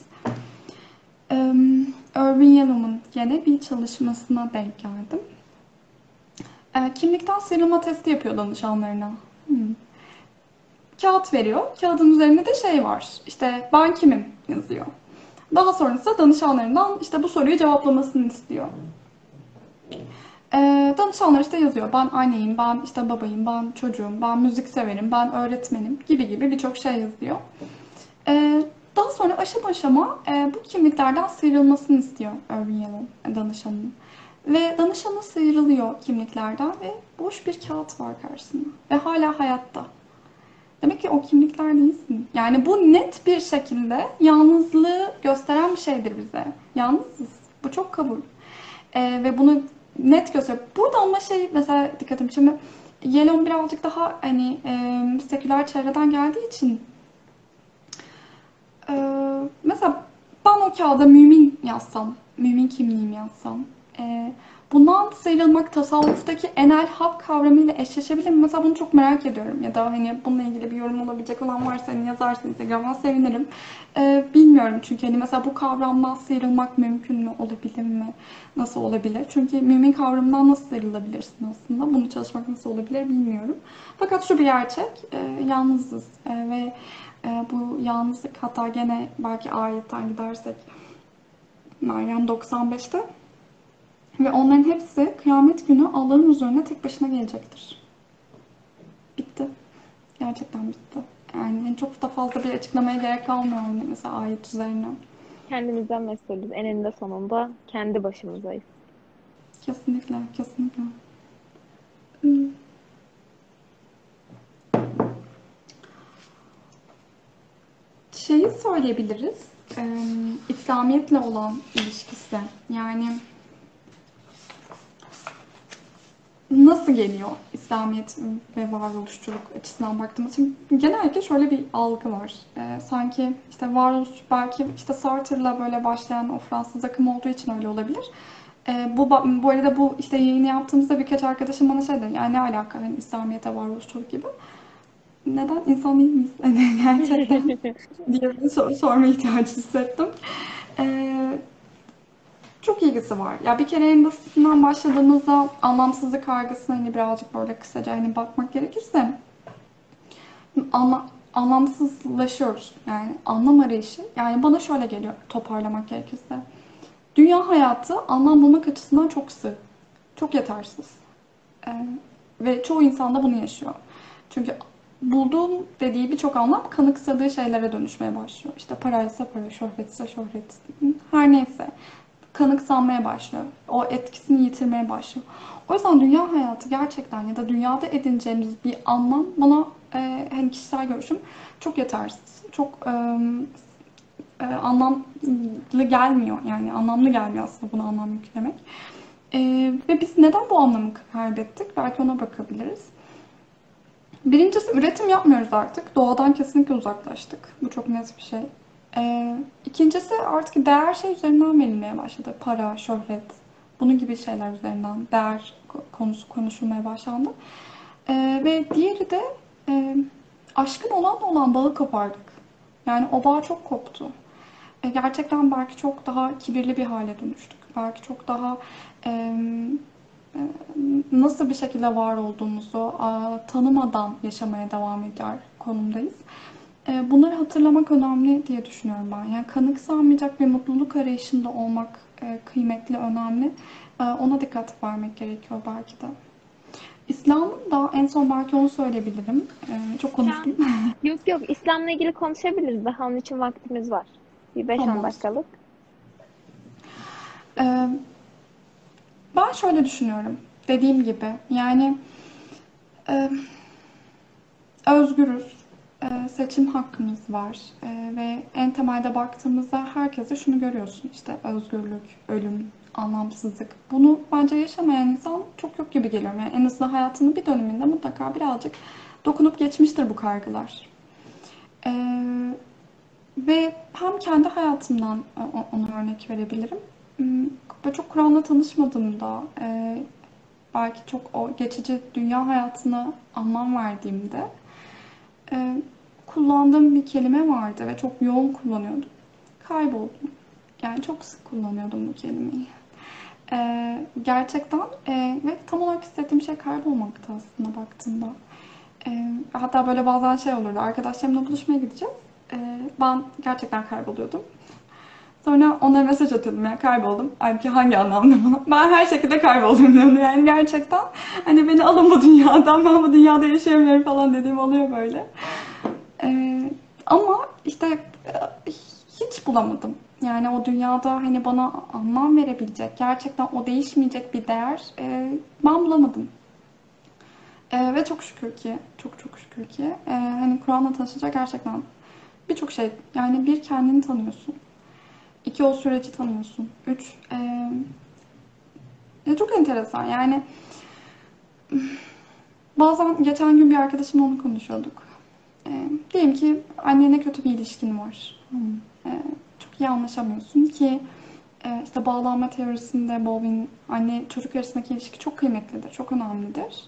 Speaker 3: Irvin Yalom'un gene bir çalışmasına denk geldim. Kimlikten sıyrılma testi yapıyor danışanlarına. Kağıt veriyor. Kağıdın üzerinde de şey var. İşte ben kimim yazıyor. Daha sonrasında danışanlarından işte bu soruyu cevaplamasını istiyor. Danışanlar işte yazıyor. Ben anneyim, ben işte babayım, ben çocuğum, ben müzik severim, ben öğretmenim gibi birçok şey yazıyor. Daha sonra aşama aşama bu kimliklerden sıyrılmasını istiyor Irvin Yalom danışanın. Ve danışanı sıyrılıyor kimliklerden ve boş bir kağıt var karşısında. Ve hala hayatta. Demek ki o kimlikler değilsin. Yani bu net bir şekilde yalnızlığı gösteren bir şeydir bize. Yalnızız. Bu çok kabul. Ve bunu net gösteriyor. Burada ama şey mesela dikkatim şimdi Yelon birazcık daha hani seküler çevreden geldiği için mesela ben o kağıda mümin yazsam, mümin kimliğimi yazsam bundan sıyrılmak tasavvuftaki enel hak kavramıyla eşleşebilir mi? Mesela bunu çok merak ediyorum. Ya da hani bununla ilgili bir yorum olabilecek olan varsa hani yazarsın Instagram'dan sevinirim. Bilmiyorum çünkü hani mesela bu kavramdan sıyrılmak mümkün mü? Olabilir mi? Nasıl olabilir? Çünkü mümin kavramından nasıl sıyrılabilirsin aslında? Bunu çalışmak nasıl olabilir bilmiyorum. Fakat şu bir gerçek. Yalnızız. Ve bu yalnızlık hatta gene belki ayetten gidersek Meryem 95'te ve onların hepsi kıyamet günü Allah'ın huzuruna tek başına gelecektir. Bitti. Gerçekten bitti. Yani çok da fazla bir açıklamaya gerek kalmıyor mesela ayet üzerine.
Speaker 4: Kendimizden mesulüz. Eninde sonunda kendi başımızdayız.
Speaker 3: Kesinlikle, kesinlikle. Şeyi söyleyebiliriz. İslamiyetle olan ilişkisi. Yani nasıl geliyor İslamiyet ve varoluşçuluk açısından baktığımız için genellikle şöyle bir algı var. Sanki işte varoluş belki işte Sartre'la böyle başlayan o Fransız akım olduğu için öyle olabilir. Bu arada bu işte yayını yaptığımızda birkaç arkadaşım bana şey dedi. Yani ne alaka hani İslamiyet'e varoluşçuluk gibi. Neden insan değil miyiz? Hani gerçekten diye bir soru sorma ihtiyacı hissettim. Çok ilgisi var. Ya bir kere en basitinden başladığımızda anlamsızlık kaygısına hani birazcık böyle kısaca hani bakmak gerekirse anlamsızlaşıyoruz. Yani anlam arayışı. Yani bana şöyle geliyor toparlamak gerekirse. Dünya hayatı anlam bulmak açısından çok sığ. Çok yetersiz. Ve çoğu insan da bunu yaşıyor. Çünkü bulduğum dediği birçok anlam kanıksadığı şeylere dönüşmeye başlıyor. İşte paraysa para, şöhretse şöhret, her neyse. Kanıksanmaya başlıyor. O etkisini yitirmeye başlıyor. O yüzden dünya hayatı gerçekten ya da dünyada edineceğimiz bir anlam bana hani kişisel görüşüm çok yetersiz. Çok anlamlı gelmiyor. Yani anlamlı gelmiyor aslında buna anlam yüklemek. Ve biz neden bu anlamı kaybettik? Belki ona bakabiliriz. Birincisi üretim yapmıyoruz artık. Doğadan kesinlikle uzaklaştık. Bu çok net bir şey. İkincisi artık değer şey üzerinden verilmeye başladı. Para, şöhret, bunun gibi şeyler üzerinden değer konusu konuşulmaya başlandı. Ve diğeri de aşkın olan bağı kopardık. Yani o bağ çok koptu. Gerçekten belki çok daha kibirli bir hale dönüştük. Belki çok daha nasıl bir şekilde var olduğumuzu tanımadan yaşamaya devam eder konumdayız. Bunları hatırlamak önemli diye düşünüyorum ben. Yani kanıksanmayacak bir mutluluk arayışında olmak kıymetli, önemli. Ona dikkat vermek gerekiyor belki de. İslam'ın da en son belki onu söyleyebilirim. Çok konuştum.
Speaker 4: Yok yok, İslam'la ilgili konuşabiliriz. Daha onun için vaktimiz var. Bir 5-10
Speaker 3: Tamam.
Speaker 4: dakikalık.
Speaker 3: Ee, Ben şöyle düşünüyorum. Dediğim gibi yani e, özgürüz. Seçim hakkımız var. Ve en temelde baktığımızda herkese şunu görüyorsun. İşte özgürlük, ölüm, anlamsızlık. Bunu bence yaşamayan insan çok yok gibi geliyor. Yani en azından hayatının bir döneminde mutlaka birazcık dokunup geçmiştir bu kaygılar. Ee, Ve hem kendi hayatımdan ona örnek verebilirim. Böyle çok Kur'an'la tanışmadığımda, belki çok o geçici dünya hayatına anlam verdiğimde kullandığım bir kelime vardı ve çok yoğun kullanıyordum. Kayboldum. Yani çok sık kullanıyordum bu kelimeyi. Gerçekten ve tam olarak hissettiğim şey kaybolmaktı aslında baktığımda. Hatta böyle bazen şey olurdu. Arkadaşlarımla buluşmaya gideceğiz. Ben gerçekten kayboluyordum. Sonra onlara mesaj atıyordum ya kayboldum. Halbuki hangi anlamda bana? Ben her şekilde kayboldum diyorum yani gerçekten. Hani beni alın bu dünyadan, ben bu dünyada yaşayamıyorum falan dediğim oluyor böyle. Ama işte hiç bulamadım. Yani o dünyada hani bana anlam verebilecek, gerçekten o değişmeyecek bir değer ben bulamadım. Ve çok şükür ki, çok şükür ki hani Kur'an'la tanışınca gerçekten birçok şey, yani bir kendini tanıyorsun. İki o süreci tanıyorsun. Üç, çok enteresan yani bazen geçen gün bir arkadaşımla onu konuşuyorduk. Diyelim ki annene kötü bir ilişkin var. Çok iyi anlaşamıyorsun ki işte bağlanma teorisinde Bowlby'nin anne çocuk arasındaki ilişki çok kıymetlidir, çok önemlidir.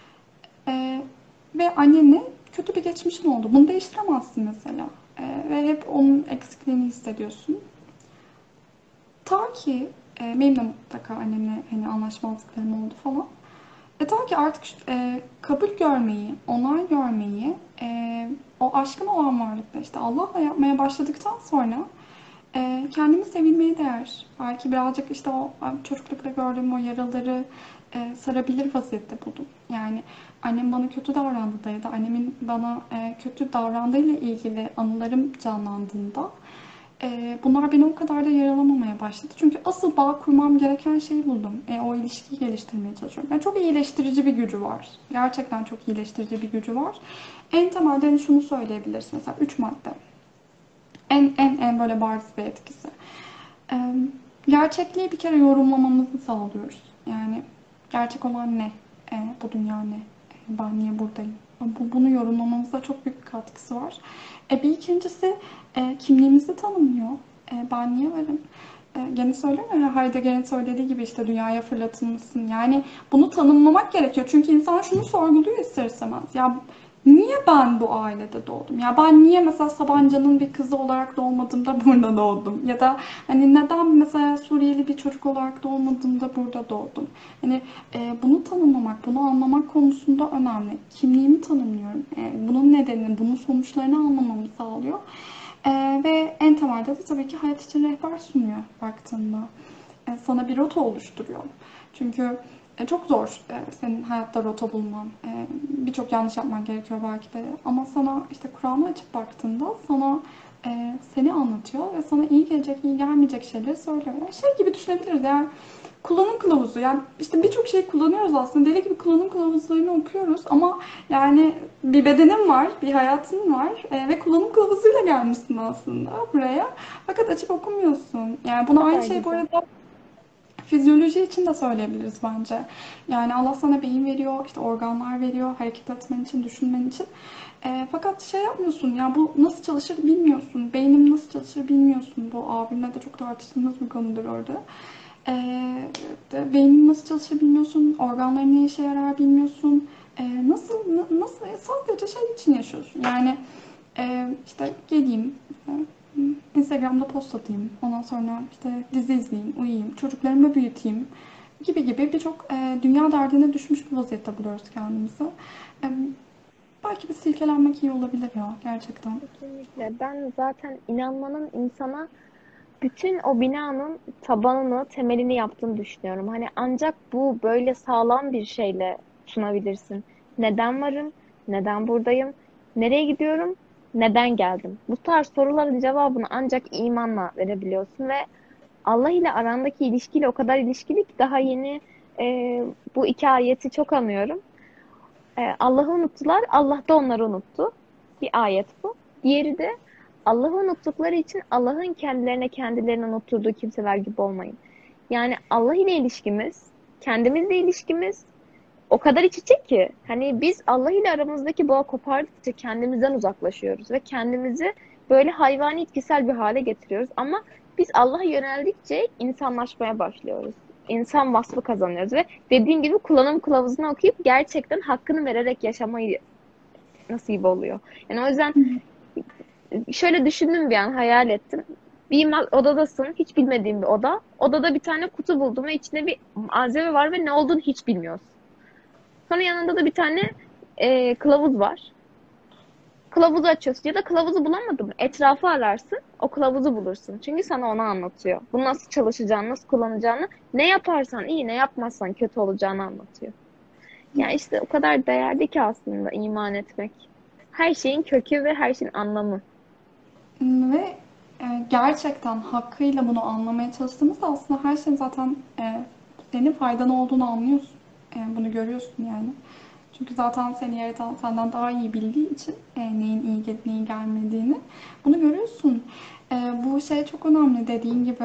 Speaker 3: Ve annenle kötü bir geçmişin oldu. Bunu değiştiremezsin mesela. Ve hep onun eksikliğini hissediyorsun. Ta ki benim de mutlaka annemle hani anlaşmazlıklarım oldu falan. Ta ki artık kabul görmeyi, onay görmeyi, o aşkın olan varlıkta işte Allah'la yapmaya başladıktan sonra kendimi sevilmeye değer. Belki birazcık işte o çocuklukta gördüğüm o yaraları sarabilir vaziyette buldum. Yani annem bana kötü davrandı da ya da annemin bana kötü davrandığıyla ilgili anılarım canlandığında bunlar beni o kadar da yaralamamaya başladı. Çünkü asıl bağ kurmam gereken şeyi buldum. O ilişkiyi geliştirmeye çalışıyorum. Yani çok iyileştirici bir gücü var. Gerçekten çok iyileştirici bir gücü var. En temelde hani şunu söyleyebiliriz. Mesela 3 madde. En böyle bariz bir etkisi. Gerçekliği bir kere yorumlamamızı sağlıyoruz. Yani gerçek olan ne? Bu dünya ne? Ben niye buradayım? Bunu yorumlamamıza çok büyük bir katkısı var. Bir ikincisi kimliğimizi tanımlıyor. Ben niye varım? Gene söylüyorum ya, Heidegger'in söylediği gibi işte dünyaya fırlatılmışsın. Yani bunu tanımlamak gerekiyor. Çünkü insan şunu sorguluyor ister istemez. Ya niye ben bu ailede doğdum? Ya ben niye mesela Sabancı'nın bir kızı olarak doğmadığımda burada doğdum? Ya da hani neden mesela Suriyeli bir çocuk olarak doğmadığımda burada doğdum? Hani bunu tanımlamak, bunu anlamak konusunda önemli. Kimliğimi tanımlıyorum. Bunun nedenini, bunun sonuçlarını anlamamı sağlıyor. Ve en temelde de tabii ki hayat için rehber sunuyor baktığında. Sana bir rota oluşturuyor. Çünkü çok zor senin hayatta rota bulman. Birçok yanlış yapman gerekiyor belki de. Ama sana işte Kur'an'ı açıp baktığında sana seni anlatıyor ve sana iyi gelecek, iyi gelmeyecek şeyleri söylüyor. Yani şey gibi düşünebiliriz yani kullanım kılavuzu. Yani işte birçok şey kullanıyoruz aslında. Deli gibi kullanım kılavuzlarını okuyoruz ama yani bir bedenin var, bir hayatın var ve kullanım kılavuzuyla gelmişsin aslında buraya. Fakat açıp okumuyorsun. Yani bunu aynı şey bu arada fizyoloji için de söyleyebiliriz bence. Yani Allah sana beyin veriyor, işte organlar veriyor, hareket etmen için, düşünmen için. Fakat şey yapmıyorsun, ya bu nasıl çalışır bilmiyorsun. Beynim nasıl çalışır bilmiyorsun. Bu abimle de çok tartıştığımız bir konudur orada. Beynin nasıl çalışır bilmiyorsun, organların ne işe yarar bilmiyorsun. Nasıl sadece şey için yaşıyorsun. Yani işte geleyim, Instagram'da post atayım, ondan sonra işte dizi izleyeyim, uyuyayım, çocuklarımı büyüteyim gibi birçok dünya derdine düşmüş bir vaziyette buluyoruz kendimizi. E, Belki bir silkelenmek iyi olabilir ya gerçekten.
Speaker 4: Kesinlikle. Ben zaten inanmanın insana bütün o binanın tabanını, temelini yaptığını düşünüyorum. Hani ancak bu böyle sağlam bir şeyle sunabilirsin. Neden varım? Neden buradayım? Nereye gidiyorum? Neden geldim? Bu tarz soruların cevabını ancak imanla verebiliyorsun ve Allah ile arandaki ilişkiyle o kadar ilişkili ki daha yeni bu iki ayeti çok anıyorum. Allah'ı unuttular, Allah da onları unuttu. Bir ayet bu. Diğeri de Allah'ı unuttukları için Allah'ın kendilerini unutturduğu kimseler gibi olmayın. Yani Allah ile ilişkimiz, kendimizle ilişkimiz o kadar iç içe ki hani biz Allah ile aramızdaki bağı kopardıkça kendimizden uzaklaşıyoruz ve kendimizi böyle hayvani etkisel bir hale getiriyoruz. Ama biz Allah'a yöneldikçe insanlaşmaya başlıyoruz. İnsan vasfı kazanıyoruz ve dediğin gibi kullanım kılavuzunu okuyup gerçekten hakkını vererek yaşamayı nasip oluyor. Yani o yüzden şöyle düşündüm, bir an hayal ettim. Bir odadasın, hiç bilmediğin bir oda. Odada bir tane kutu buldum ve içinde bir malzeme var ve ne olduğunu hiç bilmiyorsun. Sonra yanında da bir tane kılavuz var. Kılavuzu açıyorsun ya da kılavuzu bulamadın mı? Etrafı ararsın, o kılavuzu bulursun. Çünkü sana onu anlatıyor. Bu nasıl çalışacağını, nasıl kullanacağını, ne yaparsan iyi, ne yapmazsan kötü olacağını anlatıyor. Yani işte o kadar değerli ki aslında iman etmek. Her şeyin kökü ve her şeyin anlamı.
Speaker 3: Ve gerçekten hakkıyla bunu anlamaya çalıştığımızda aslında her şeyin zaten senin faydan olduğunu anlıyorsun. Bunu görüyorsun yani. Çünkü zaten seni yaratan senden daha iyi bildiği için neyin iyi gelip neyin gelmediğini bunu görüyorsun. Bu şey çok önemli dediğin gibi.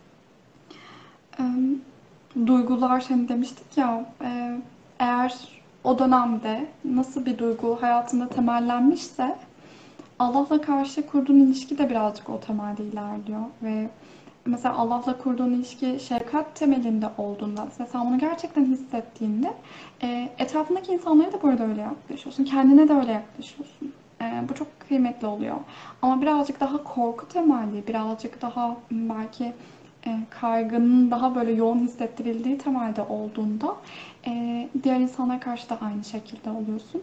Speaker 3: E, Duygular hani demiştik ya, eğer o dönemde nasıl bir duygu hayatında temellenmişse Allah'la karşı kurduğun ilişki de birazcık o temelde ilerliyor ve mesela Allah'la kurduğun ilişki şefkat temelinde olduğunda, mesela sen bunu gerçekten hissettiğinde etrafındaki insanlara da böyle öyle yaklaşıyorsun. Kendine de öyle yaklaşıyorsun. Bu çok kıymetli oluyor. Ama birazcık daha korku temelli, birazcık daha belki kaygının daha böyle yoğun hissettirildiği temelde olduğunda diğer insanlara karşı da aynı şekilde oluyorsun.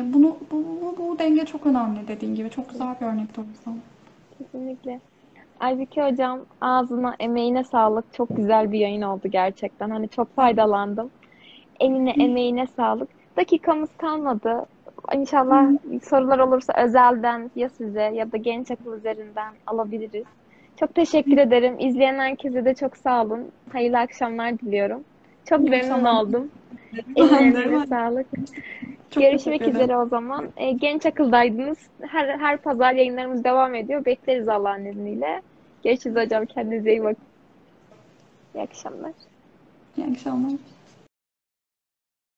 Speaker 3: Bu denge çok önemli dediğin gibi. Çok güzel bir örnek oldu sana.
Speaker 4: Kesinlikle. Aybüke hocam, ağzına, emeğine sağlık. Çok güzel bir yayın oldu gerçekten. Hani çok faydalandım. Eline, emeğine sağlık. Dakikamız kalmadı. İnşallah sorular olursa özelden ya size ya da Genç Akıl üzerinden alabiliriz. Çok teşekkür ederim. İzleyen herkese de çok sağ olun. Hayırlı akşamlar diliyorum. Çok
Speaker 3: İyi
Speaker 4: memnun
Speaker 3: akşamlar.
Speaker 4: oldum.
Speaker 3: Ben de,
Speaker 4: Ellerine
Speaker 3: ben de.
Speaker 4: sağlık.
Speaker 3: Çok
Speaker 4: Görüşmek
Speaker 3: teşekkür ederim.
Speaker 4: üzere o zaman. Genç Akıl'daydınız. Her pazar yayınlarımız devam ediyor. Bekleriz Allah'ın izniyle. Görüşürüz hocam. Kendinize iyi bakın. İyi akşamlar.
Speaker 3: İyi akşamlar.